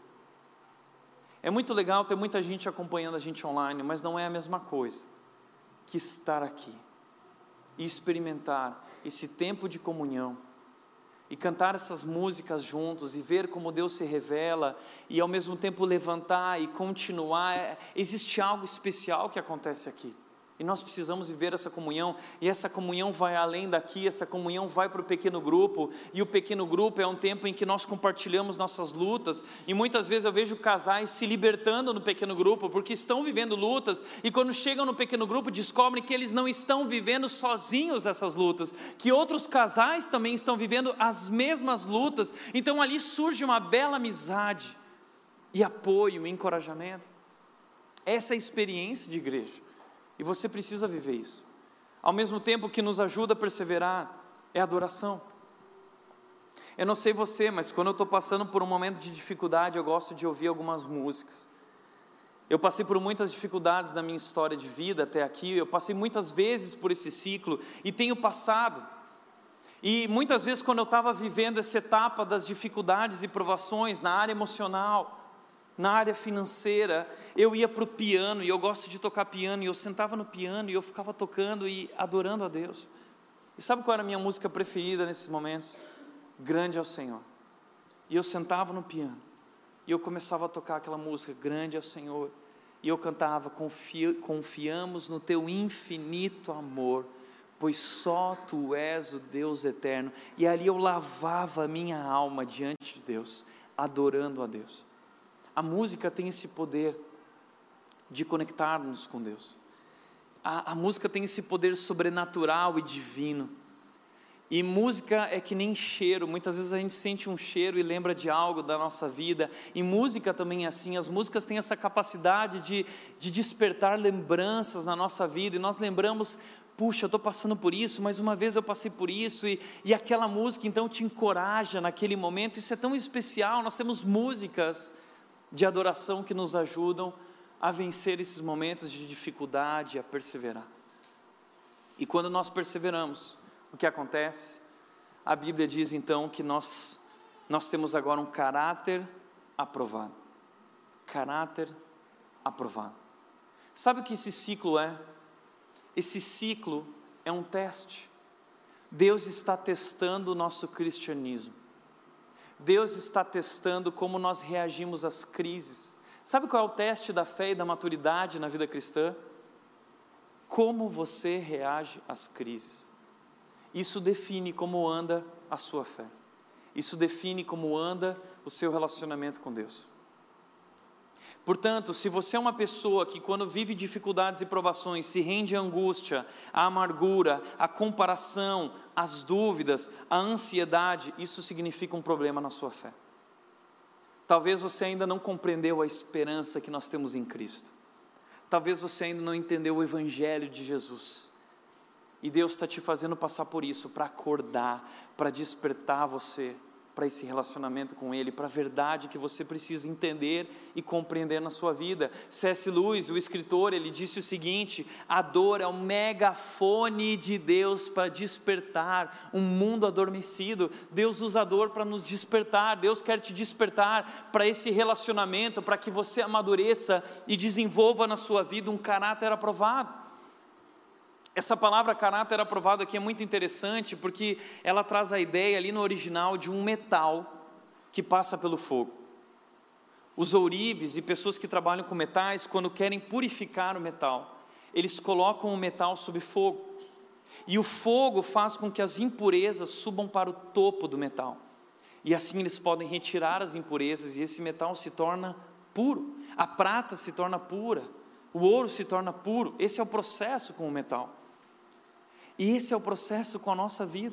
é muito legal ter muita gente acompanhando a gente online, mas não é a mesma coisa que estar aqui e experimentar esse tempo de comunhão, e cantar essas músicas juntos, e ver como Deus se revela, e ao mesmo tempo levantar e continuar. Existe algo especial que acontece aqui. E nós precisamos viver essa comunhão, e essa comunhão vai além daqui, essa comunhão vai para o pequeno grupo, e o pequeno grupo é um tempo em que nós compartilhamos nossas lutas, e muitas vezes eu vejo casais se libertando no pequeno grupo, porque estão vivendo lutas, e quando chegam no pequeno grupo descobrem que eles não estão vivendo sozinhos essas lutas, que outros casais também estão vivendo as mesmas lutas. Então ali surge uma bela amizade, e apoio, e encorajamento. Essa é a experiência de igreja. E você precisa viver isso. Ao mesmo tempo que nos ajuda a perseverar, é adoração. Eu não sei você, mas quando eu estou passando por um momento de dificuldade, eu gosto de ouvir algumas músicas. Eu passei por muitas dificuldades na minha história de vida até aqui, eu passei muitas vezes por esse ciclo, e tenho passado. E muitas vezes quando eu estava vivendo essa etapa das dificuldades e provações na área emocional, na área financeira, eu ia para o piano, e eu gosto de tocar piano, e eu sentava no piano, e eu ficava tocando e adorando a Deus. E sabe qual era a minha música preferida nesses momentos? Grande é o Senhor. E eu sentava no piano, e eu começava a tocar aquela música, Grande é o Senhor, e eu cantava, confiamos no teu infinito amor, pois só tu és o Deus eterno. E ali eu lavava a minha alma diante de Deus, adorando a Deus. A música tem esse poder de conectar-nos com Deus. A música tem esse poder sobrenatural e divino. E música é que nem cheiro. Muitas vezes a gente sente um cheiro e lembra de algo da nossa vida. E música também é assim. As músicas têm essa capacidade de despertar lembranças na nossa vida. E nós lembramos, puxa, eu estou passando por isso, mas uma vez eu passei por isso. E aquela música então te encoraja naquele momento. Isso é tão especial. Nós temos músicas de adoração que nos ajudam a vencer esses momentos de dificuldade, a perseverar. E quando nós perseveramos, o que acontece? A Bíblia diz então que nós temos agora um caráter aprovado. Caráter aprovado. Sabe o que esse ciclo é? Esse ciclo é um teste. Deus está testando o nosso cristianismo. Deus está testando como nós reagimos às crises. Sabe qual é o teste da fé e da maturidade na vida cristã? Como você reage às crises. Isso define como anda a sua fé. Isso define como anda o seu relacionamento com Deus. Portanto, se você é uma pessoa que quando vive dificuldades e provações se rende à angústia, à amargura, à comparação, às dúvidas, à ansiedade, isso significa um problema na sua fé. Talvez você ainda não compreendeu a esperança que nós temos em Cristo. Talvez você ainda não entendeu o Evangelho de Jesus. E Deus está te fazendo passar por isso, para acordar, para despertar você, para esse relacionamento com Ele, para a verdade que você precisa entender e compreender na sua vida. C.S. Lewis, o escritor, ele disse o seguinte: a dor é o megafone de Deus para despertar um mundo adormecido. Deus usa a dor para nos despertar. Deus quer te despertar para esse relacionamento, para que você amadureça e desenvolva na sua vida um caráter aprovado. Essa palavra caráter aprovado aqui é muito interessante, porque ela traz a ideia ali no original de um metal que passa pelo fogo. Os ourives e pessoas que trabalham com metais, quando querem purificar o metal, eles colocam o metal sob fogo. E o fogo faz com que as impurezas subam para o topo do metal. E assim eles podem retirar as impurezas e esse metal se torna puro. A prata se torna pura, o ouro se torna puro. Esse é o processo com o metal. E esse é o processo com a nossa vida.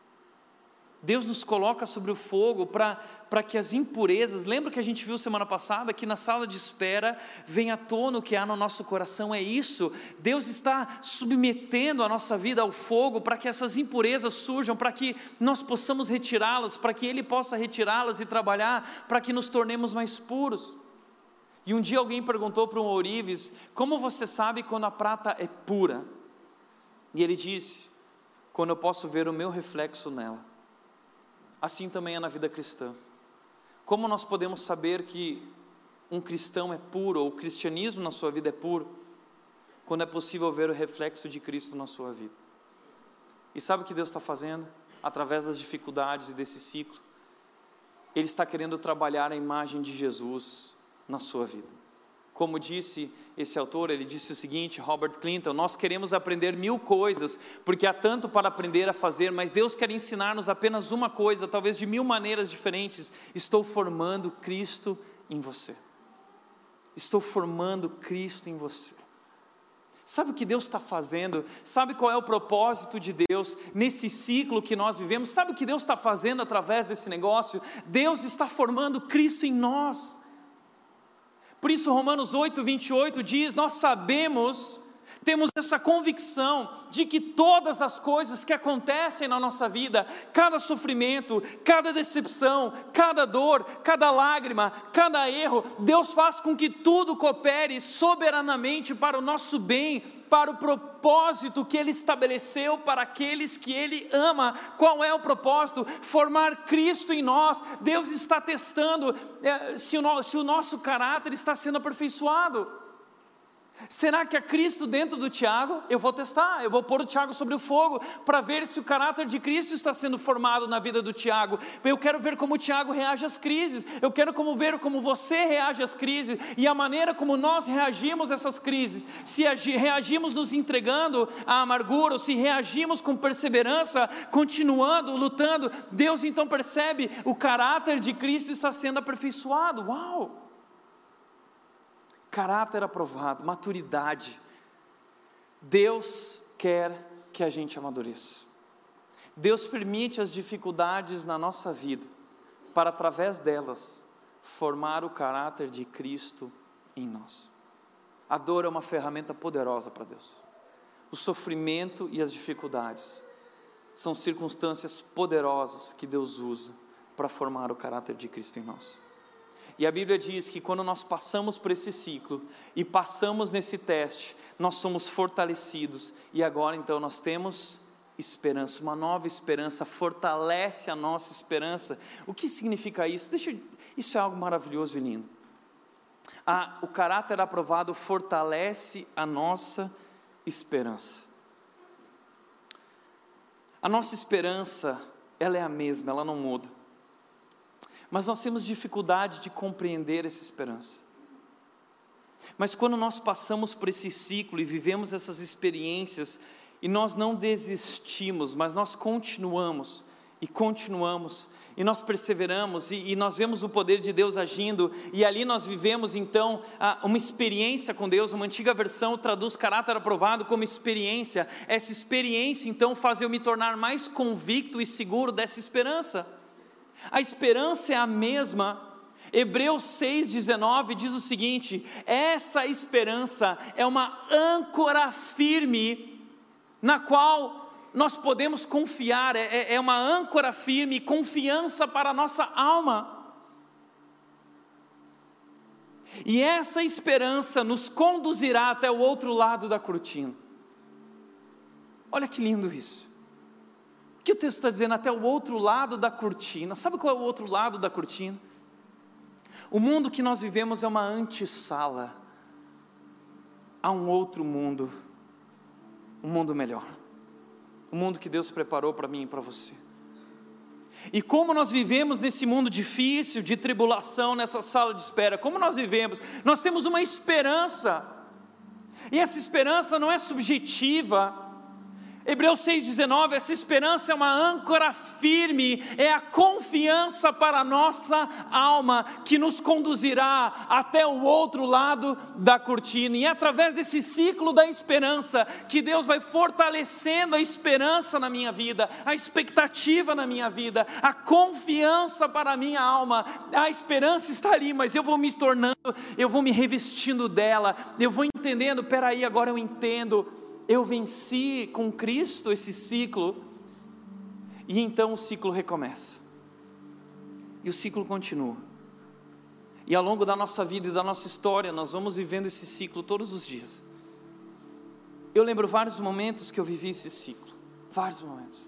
Deus nos coloca sobre o fogo para que as impurezas, lembra que a gente viu semana passada, que na sala de espera vem à tona o que há no nosso coração, é isso, Deus está submetendo a nossa vida ao fogo, para que essas impurezas surjam, para que nós possamos retirá-las, para que Ele possa retirá-las e trabalhar, para que nos tornemos mais puros. E um dia alguém perguntou para um ourives: como você sabe quando a prata é pura? E ele disse: quando eu posso ver o meu reflexo nela. Assim também é na vida cristã. Como nós podemos saber que um cristão é puro, ou o cristianismo na sua vida é puro? Quando é possível ver o reflexo de Cristo na sua vida. E sabe o que Deus está fazendo? Através das dificuldades e desse ciclo, Ele está querendo trabalhar a imagem de Jesus na sua vida. Como disse esse autor, ele disse o seguinte, Robert Clinton: nós queremos aprender 1000 coisas, porque há tanto para aprender a fazer, mas Deus quer ensinar-nos apenas uma coisa, talvez de 1000 maneiras diferentes. Estou formando Cristo em você. Estou formando Cristo em você. Sabe o que Deus está fazendo? Sabe qual é o propósito de Deus nesse ciclo que nós vivemos? Sabe o que Deus está fazendo através desse negócio? Deus está formando Cristo em nós. Por isso Romanos 8:28 diz: nós sabemos, temos essa convicção de que todas as coisas que acontecem na nossa vida, cada sofrimento, cada decepção, cada dor, cada lágrima, cada erro, Deus faz com que tudo coopere soberanamente para o nosso bem, para o propósito que Ele estabeleceu para aqueles que Ele ama. Qual é o propósito? Formar Cristo em nós. Deus está testando se o nosso caráter está sendo aperfeiçoado. Será que é Cristo dentro do Tiago? Eu vou testar, eu vou pôr o Tiago sobre o fogo, para ver se o caráter de Cristo está sendo formado na vida do Tiago. Eu quero ver como o Tiago reage às crises, eu quero ver como você reage às crises, e a maneira como nós reagimos a essas crises, se reagimos nos entregando à amargura, ou se reagimos com perseverança, continuando, lutando, Deus então percebe, o caráter de Cristo está sendo aperfeiçoado. Uau! Caráter aprovado, maturidade. Deus quer que a gente amadureça. Deus permite as dificuldades na nossa vida, para através delas, formar o caráter de Cristo em nós. A dor é uma ferramenta poderosa para Deus. O sofrimento e as dificuldades são circunstâncias poderosas que Deus usa para formar o caráter de Cristo em nós. E a Bíblia diz que quando nós passamos por esse ciclo e passamos nesse teste, nós somos fortalecidos, e agora então nós temos esperança, uma nova esperança, fortalece a nossa esperança. O que significa isso? Isso é algo maravilhoso e lindo. O caráter aprovado fortalece a nossa esperança. A nossa esperança, ela é a mesma, ela não muda. Mas nós temos dificuldade de compreender essa esperança. Mas quando nós passamos por esse ciclo e vivemos essas experiências, e nós não desistimos, mas nós continuamos, e nós perseveramos, e nós vemos o poder de Deus agindo, e ali nós vivemos então uma experiência com Deus. Uma antiga versão traduz caráter aprovado como experiência. Essa experiência então faz eu me tornar mais convicto e seguro dessa esperança. A esperança é a mesma. Hebreus 6,19 diz o seguinte: essa esperança é uma âncora firme, na qual nós podemos confiar, é uma âncora firme, confiança para a nossa alma. E essa esperança nos conduzirá até o outro lado da cortina. Olha que lindo isso. O que o texto está dizendo? Até o outro lado da cortina. Sabe qual é o outro lado da cortina? O mundo que nós vivemos é uma antessala a um outro mundo, um mundo melhor, um mundo que Deus preparou para mim e para você. E como nós vivemos nesse mundo difícil, de tribulação, nessa sala de espera, como nós vivemos? Nós temos uma esperança, e essa esperança não é subjetiva. Hebreus 6,19, essa esperança é uma âncora firme, é a confiança para a nossa alma, que nos conduzirá até o outro lado da cortina. E é através desse ciclo da esperança, que Deus vai fortalecendo a esperança na minha vida, a expectativa na minha vida, a confiança para a minha alma. A esperança está ali, mas eu vou me tornando, eu vou me revestindo dela, eu vou entendendo, peraí, agora eu entendo. Eu venci com Cristo esse ciclo, e então o ciclo recomeça, e o ciclo continua, e ao longo da nossa vida e da nossa história, nós vamos vivendo esse ciclo todos os dias. Eu lembro vários momentos que eu vivi esse ciclo, vários momentos.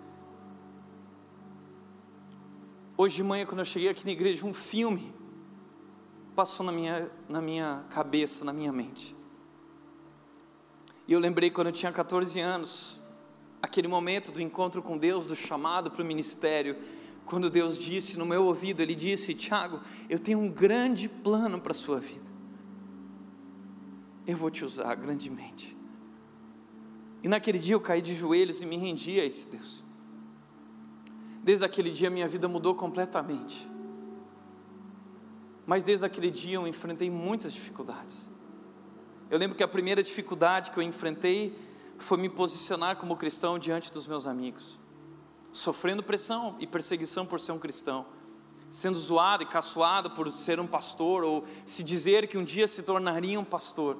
Hoje de manhã, quando eu cheguei aqui na igreja, um filme passou na minha cabeça, na minha mente. E eu lembrei quando eu tinha 14 anos, aquele momento do encontro com Deus, do chamado para o ministério, quando Deus disse no meu ouvido, Ele disse: Tiago, eu tenho um grande plano para a sua vida, eu vou te usar grandemente. E naquele dia eu caí de joelhos e me rendi a esse Deus. Desde aquele dia minha vida mudou completamente, mas desde aquele dia eu enfrentei muitas dificuldades. Eu lembro que a primeira dificuldade que eu enfrentei foi me posicionar como cristão diante dos meus amigos, sofrendo pressão e perseguição por ser um cristão, sendo zoado e caçoado por ser um pastor, ou se dizer que um dia se tornaria um pastor.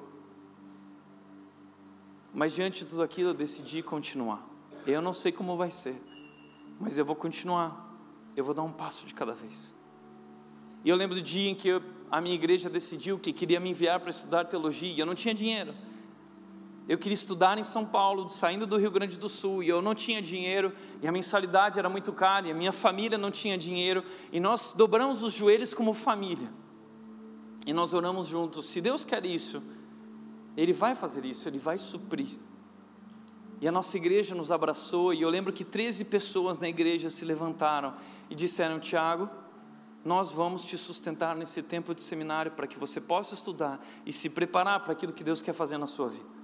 Mas diante de tudo aquilo eu decidi continuar. Eu não sei como vai ser, mas eu vou continuar, eu vou dar um passo de cada vez. E eu lembro do dia em que a minha igreja decidiu que queria me enviar para estudar teologia, e eu não tinha dinheiro. Eu queria estudar em São Paulo, saindo do Rio Grande do Sul, e eu não tinha dinheiro, e a mensalidade era muito cara, e a minha família não tinha dinheiro, e nós dobramos os joelhos como família, e nós oramos juntos: se Deus quer isso, Ele vai fazer isso, Ele vai suprir. E a nossa igreja nos abraçou, e eu lembro que 13 pessoas na igreja se levantaram e disseram: Tiago, nós vamos te sustentar nesse tempo de seminário, para que você possa estudar e se preparar para aquilo que Deus quer fazer na sua vida.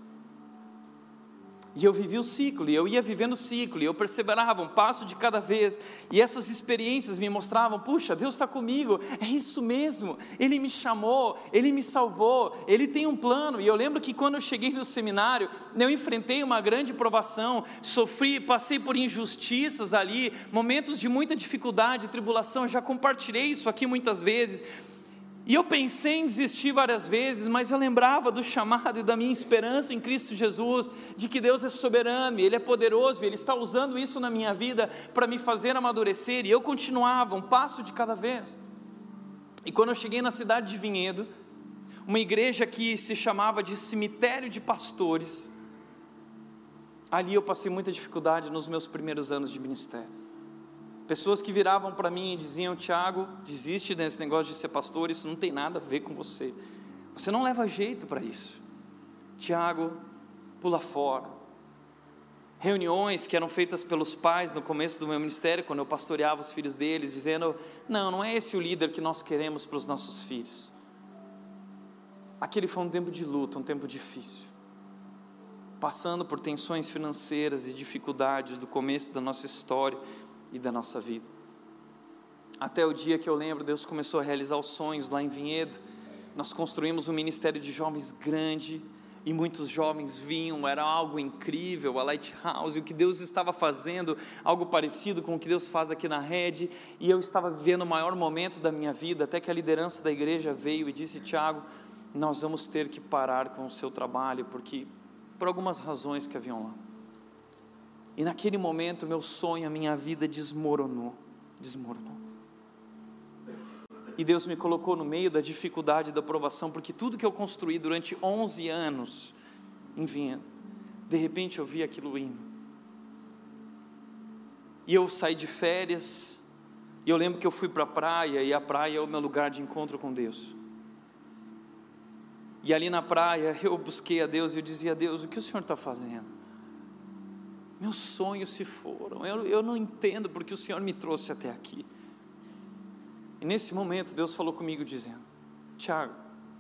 E eu vivi o ciclo, e eu ia vivendo o ciclo, e eu perseverava um passo de cada vez, e essas experiências me mostravam: puxa, Deus está comigo, é isso mesmo, Ele me chamou, Ele me salvou, Ele tem um plano. E eu lembro que quando eu cheguei no seminário, eu enfrentei uma grande provação, sofri, passei por injustiças ali, momentos de muita dificuldade, tribulação. Eu já compartilhei isso aqui muitas vezes, e eu pensei em desistir várias vezes, mas eu lembrava do chamado e da minha esperança em Cristo Jesus, de que Deus é soberano, e Ele é poderoso, e Ele está usando isso na minha vida para me fazer amadurecer. E eu continuava, um passo de cada vez. E quando eu cheguei na cidade de Vinhedo, uma igreja que se chamava de Cemitério de Pastores, ali eu passei muita dificuldade nos meus primeiros anos de ministério. Pessoas que viravam para mim e diziam: Tiago, desiste desse negócio de ser pastor, isso não tem nada a ver com você, você não leva jeito para isso. Tiago, pula fora. Reuniões que eram feitas pelos pais no começo do meu ministério, quando eu pastoreava os filhos deles, dizendo: não é esse o líder que nós queremos para os nossos filhos. Aquele foi um tempo de luta, um tempo difícil, passando por tensões financeiras e dificuldades do começo da nossa história e da nossa vida. Até o dia que eu lembro, Deus começou a realizar os sonhos lá em Vinhedo. Nós construímos um ministério de jovens grande, e muitos jovens vinham, era algo incrível, a Lighthouse, o que Deus estava fazendo, algo parecido com o que Deus faz aqui na Rede, e eu estava vivendo o maior momento da minha vida, até que a liderança da igreja veio e disse: Tiago, nós vamos ter que parar com o seu trabalho, porque por algumas razões que haviam lá. E naquele momento, meu sonho, a minha vida desmoronou. E Deus me colocou no meio da dificuldade, da provação, porque tudo que eu construí durante 11 anos em Vinhedo, de repente eu vi aquilo indo. E eu saí de férias, e eu lembro que eu fui para a praia, e a praia é o meu lugar de encontro com Deus. E ali na praia eu busquei a Deus, e eu dizia: Deus, o que o Senhor está fazendo? Meus sonhos se foram, eu não entendo porque o Senhor me trouxe até aqui. E nesse momento Deus falou comigo dizendo: Tiago,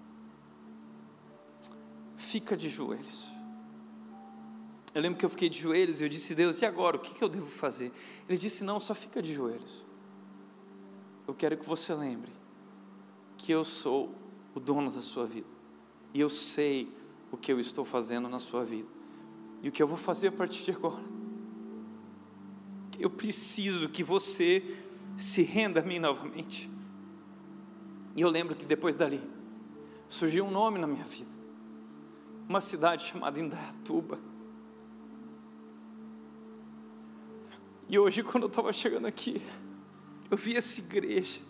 fica de joelhos. Eu lembro que eu fiquei de joelhos e eu disse: Deus, e agora, o que eu devo fazer? Ele disse: não, só fica de joelhos. Eu quero que você lembre que eu sou o dono da sua vida, e eu sei o que eu estou fazendo na sua vida, e o que eu vou fazer a partir de agora. Eu preciso que você se renda a mim novamente. E eu lembro que depois dali surgiu um nome na minha vida, uma cidade chamada Indaiatuba. E hoje, quando eu estava chegando aqui, eu vi essa igreja,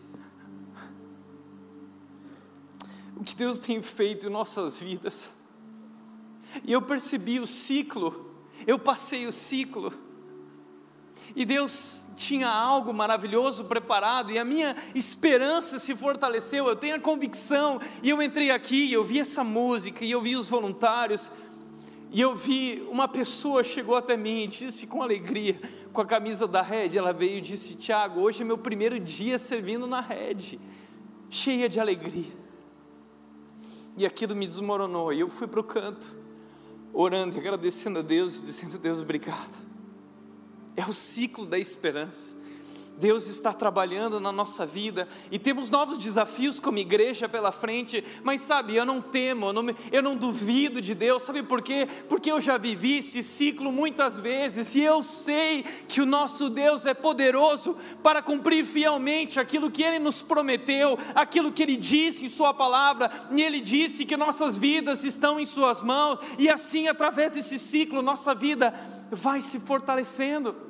o que Deus tem feito em nossas vidas, e eu percebi o ciclo, eu passei o ciclo, e Deus tinha algo maravilhoso preparado, e a minha esperança se fortaleceu. Eu tenho a convicção, e eu entrei aqui, e eu vi essa música, e eu vi os voluntários, e eu vi uma pessoa chegou até mim e disse com alegria, com a camisa da Rede, ela veio e disse: Tiago, hoje é meu primeiro dia servindo na Rede, cheia de alegria. E aquilo me desmoronou, e eu fui para o canto, orando e agradecendo a Deus, e dizendo: Deus, obrigado. É o ciclo da esperança. Deus está trabalhando na nossa vida, e temos novos desafios como igreja pela frente, mas sabe, eu não temo, eu não duvido de Deus. Sabe por quê? Porque eu já vivi esse ciclo muitas vezes, e eu sei que o nosso Deus é poderoso para cumprir fielmente aquilo que Ele nos prometeu, aquilo que Ele disse em Sua palavra, e Ele disse que nossas vidas estão em Suas mãos, e assim através desse ciclo, nossa vida vai se fortalecendo.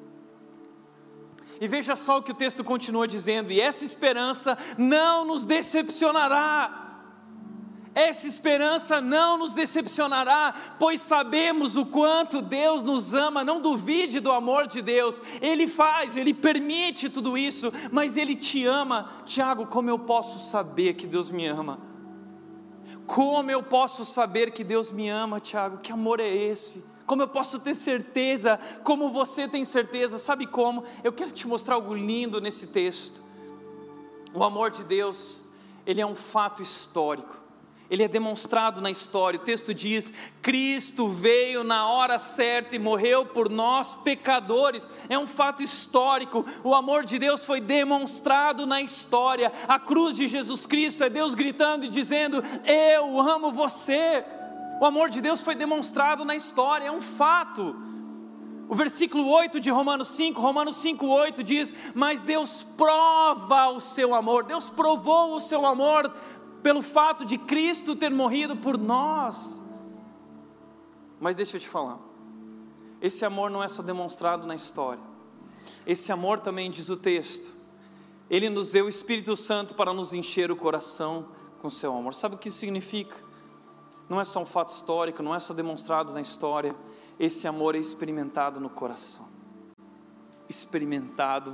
E veja só o que o texto continua dizendo: e essa esperança não nos decepcionará. Essa esperança não nos decepcionará, pois sabemos o quanto Deus nos ama. Não duvide do amor de Deus. Ele faz, Ele permite tudo isso, mas Ele te ama. Tiago, como eu posso saber que Deus me ama? Como eu posso saber que Deus me ama, Tiago? Que amor é esse? Como eu posso ter certeza, como você tem certeza? Sabe como? Eu quero te mostrar algo lindo nesse texto. O amor de Deus, ele é um fato histórico, ele é demonstrado na história. O texto diz: Cristo veio na hora certa e morreu por nós pecadores. É um fato histórico. O amor de Deus foi demonstrado na história. A cruz de Jesus Cristo é Deus gritando e dizendo: eu amo você. O amor de Deus foi demonstrado na história, é um fato. O versículo 8 de Romanos 5:8 diz: mas Deus prova o seu amor, Deus provou o seu amor pelo fato de Cristo ter morrido por nós. Mas deixa eu te falar, esse amor não é só demonstrado na história, esse amor também, diz o texto, Ele nos deu o Espírito Santo para nos encher o coração com o seu amor. Sabe o que isso significa? Não é só um fato histórico, não é só demonstrado na história, esse amor é experimentado no coração, experimentado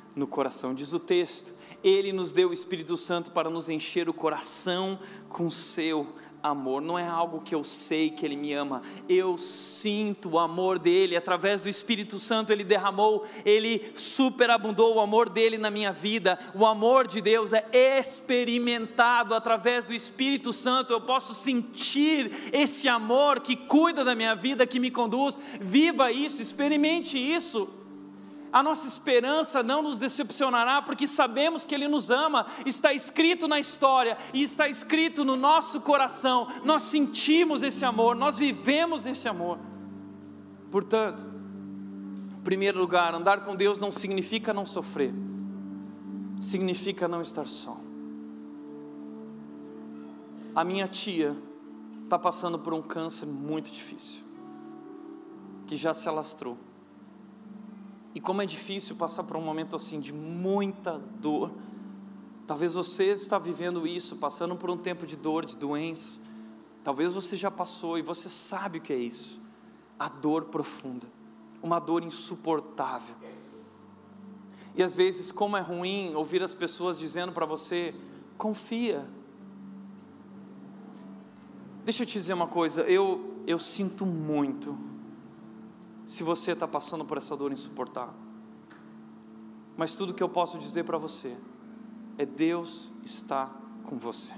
no coração. Diz o texto, Ele nos deu o Espírito Santo para nos encher o coração com seu amor. Não é algo que eu sei que Ele me ama, eu sinto o amor dEle, através do Espírito Santo Ele derramou, Ele superabundou o amor dEle na minha vida. O amor de Deus é experimentado através do Espírito Santo. Eu posso sentir esse amor que cuida da minha vida, que me conduz. Viva isso, experimente isso. A nossa esperança não nos decepcionará, porque sabemos que Ele nos ama. Está escrito na história e está escrito no nosso coração. Nós sentimos esse amor, nós vivemos esse amor. Portanto, em primeiro lugar, andar com Deus não significa não sofrer, significa não estar só. A minha tia está passando por um câncer muito difícil, que já se alastrou. E como é difícil passar por um momento assim de muita dor. Talvez você está vivendo isso, passando por um tempo de dor, de doença. Talvez você já passou e você sabe o que é isso. A dor profunda, uma dor insuportável. E às vezes, como é ruim ouvir as pessoas dizendo para você, confia. Deixa eu te dizer uma coisa, eu sinto muito se você está passando por essa dor insuportável. Mas tudo que eu posso dizer para você é: Deus está com você.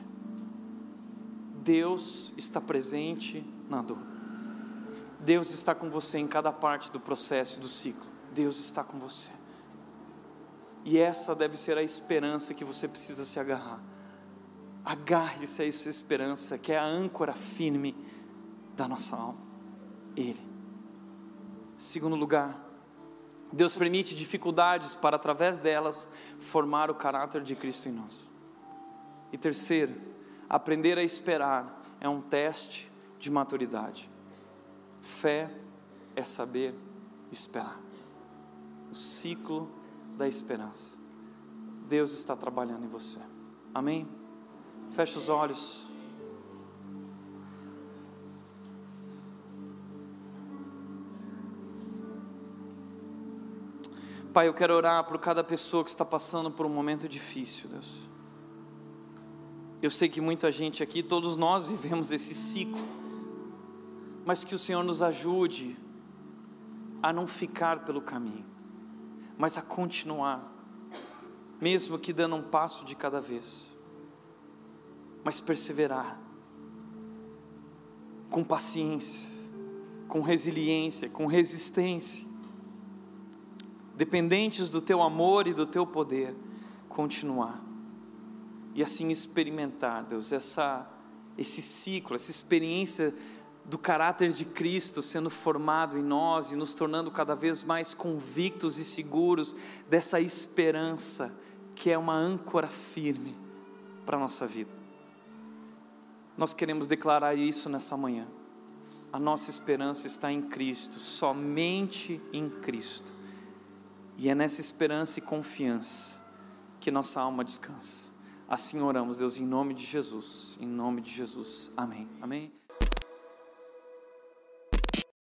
Deus está presente na dor. Deus está com você em cada parte do processo, do ciclo. Deus está com você. E essa deve ser a esperança que você precisa se agarrar. Agarre-se a essa esperança, que é a âncora firme da nossa alma. Ele. Segundo lugar, Deus permite dificuldades para, através delas, formar o caráter de Cristo em nós. E terceiro, aprender a esperar é um teste de maturidade. Fé é saber esperar. O ciclo da esperança. Deus está trabalhando em você. Amém? Feche os olhos. Pai, eu quero orar por cada pessoa que está passando por um momento difícil, Deus. Eu sei que muita gente aqui, todos nós vivemos esse ciclo, mas que o Senhor nos ajude a não ficar pelo caminho, mas a continuar, mesmo que dando um passo de cada vez, mas perseverar, com paciência, com resiliência, com resistência, dependentes do Teu amor e do Teu poder, continuar, e assim experimentar, Deus, esse ciclo, essa experiência do caráter de Cristo sendo formado em nós e nos tornando cada vez mais convictos e seguros dessa esperança, que é uma âncora firme para a nossa vida. Nós queremos declarar isso nessa manhã. A nossa esperança está em Cristo, somente em Cristo. E é nessa esperança e confiança que nossa alma descansa. Assim oramos, Deus, em nome de Jesus. Em nome de Jesus. Amém. Amém.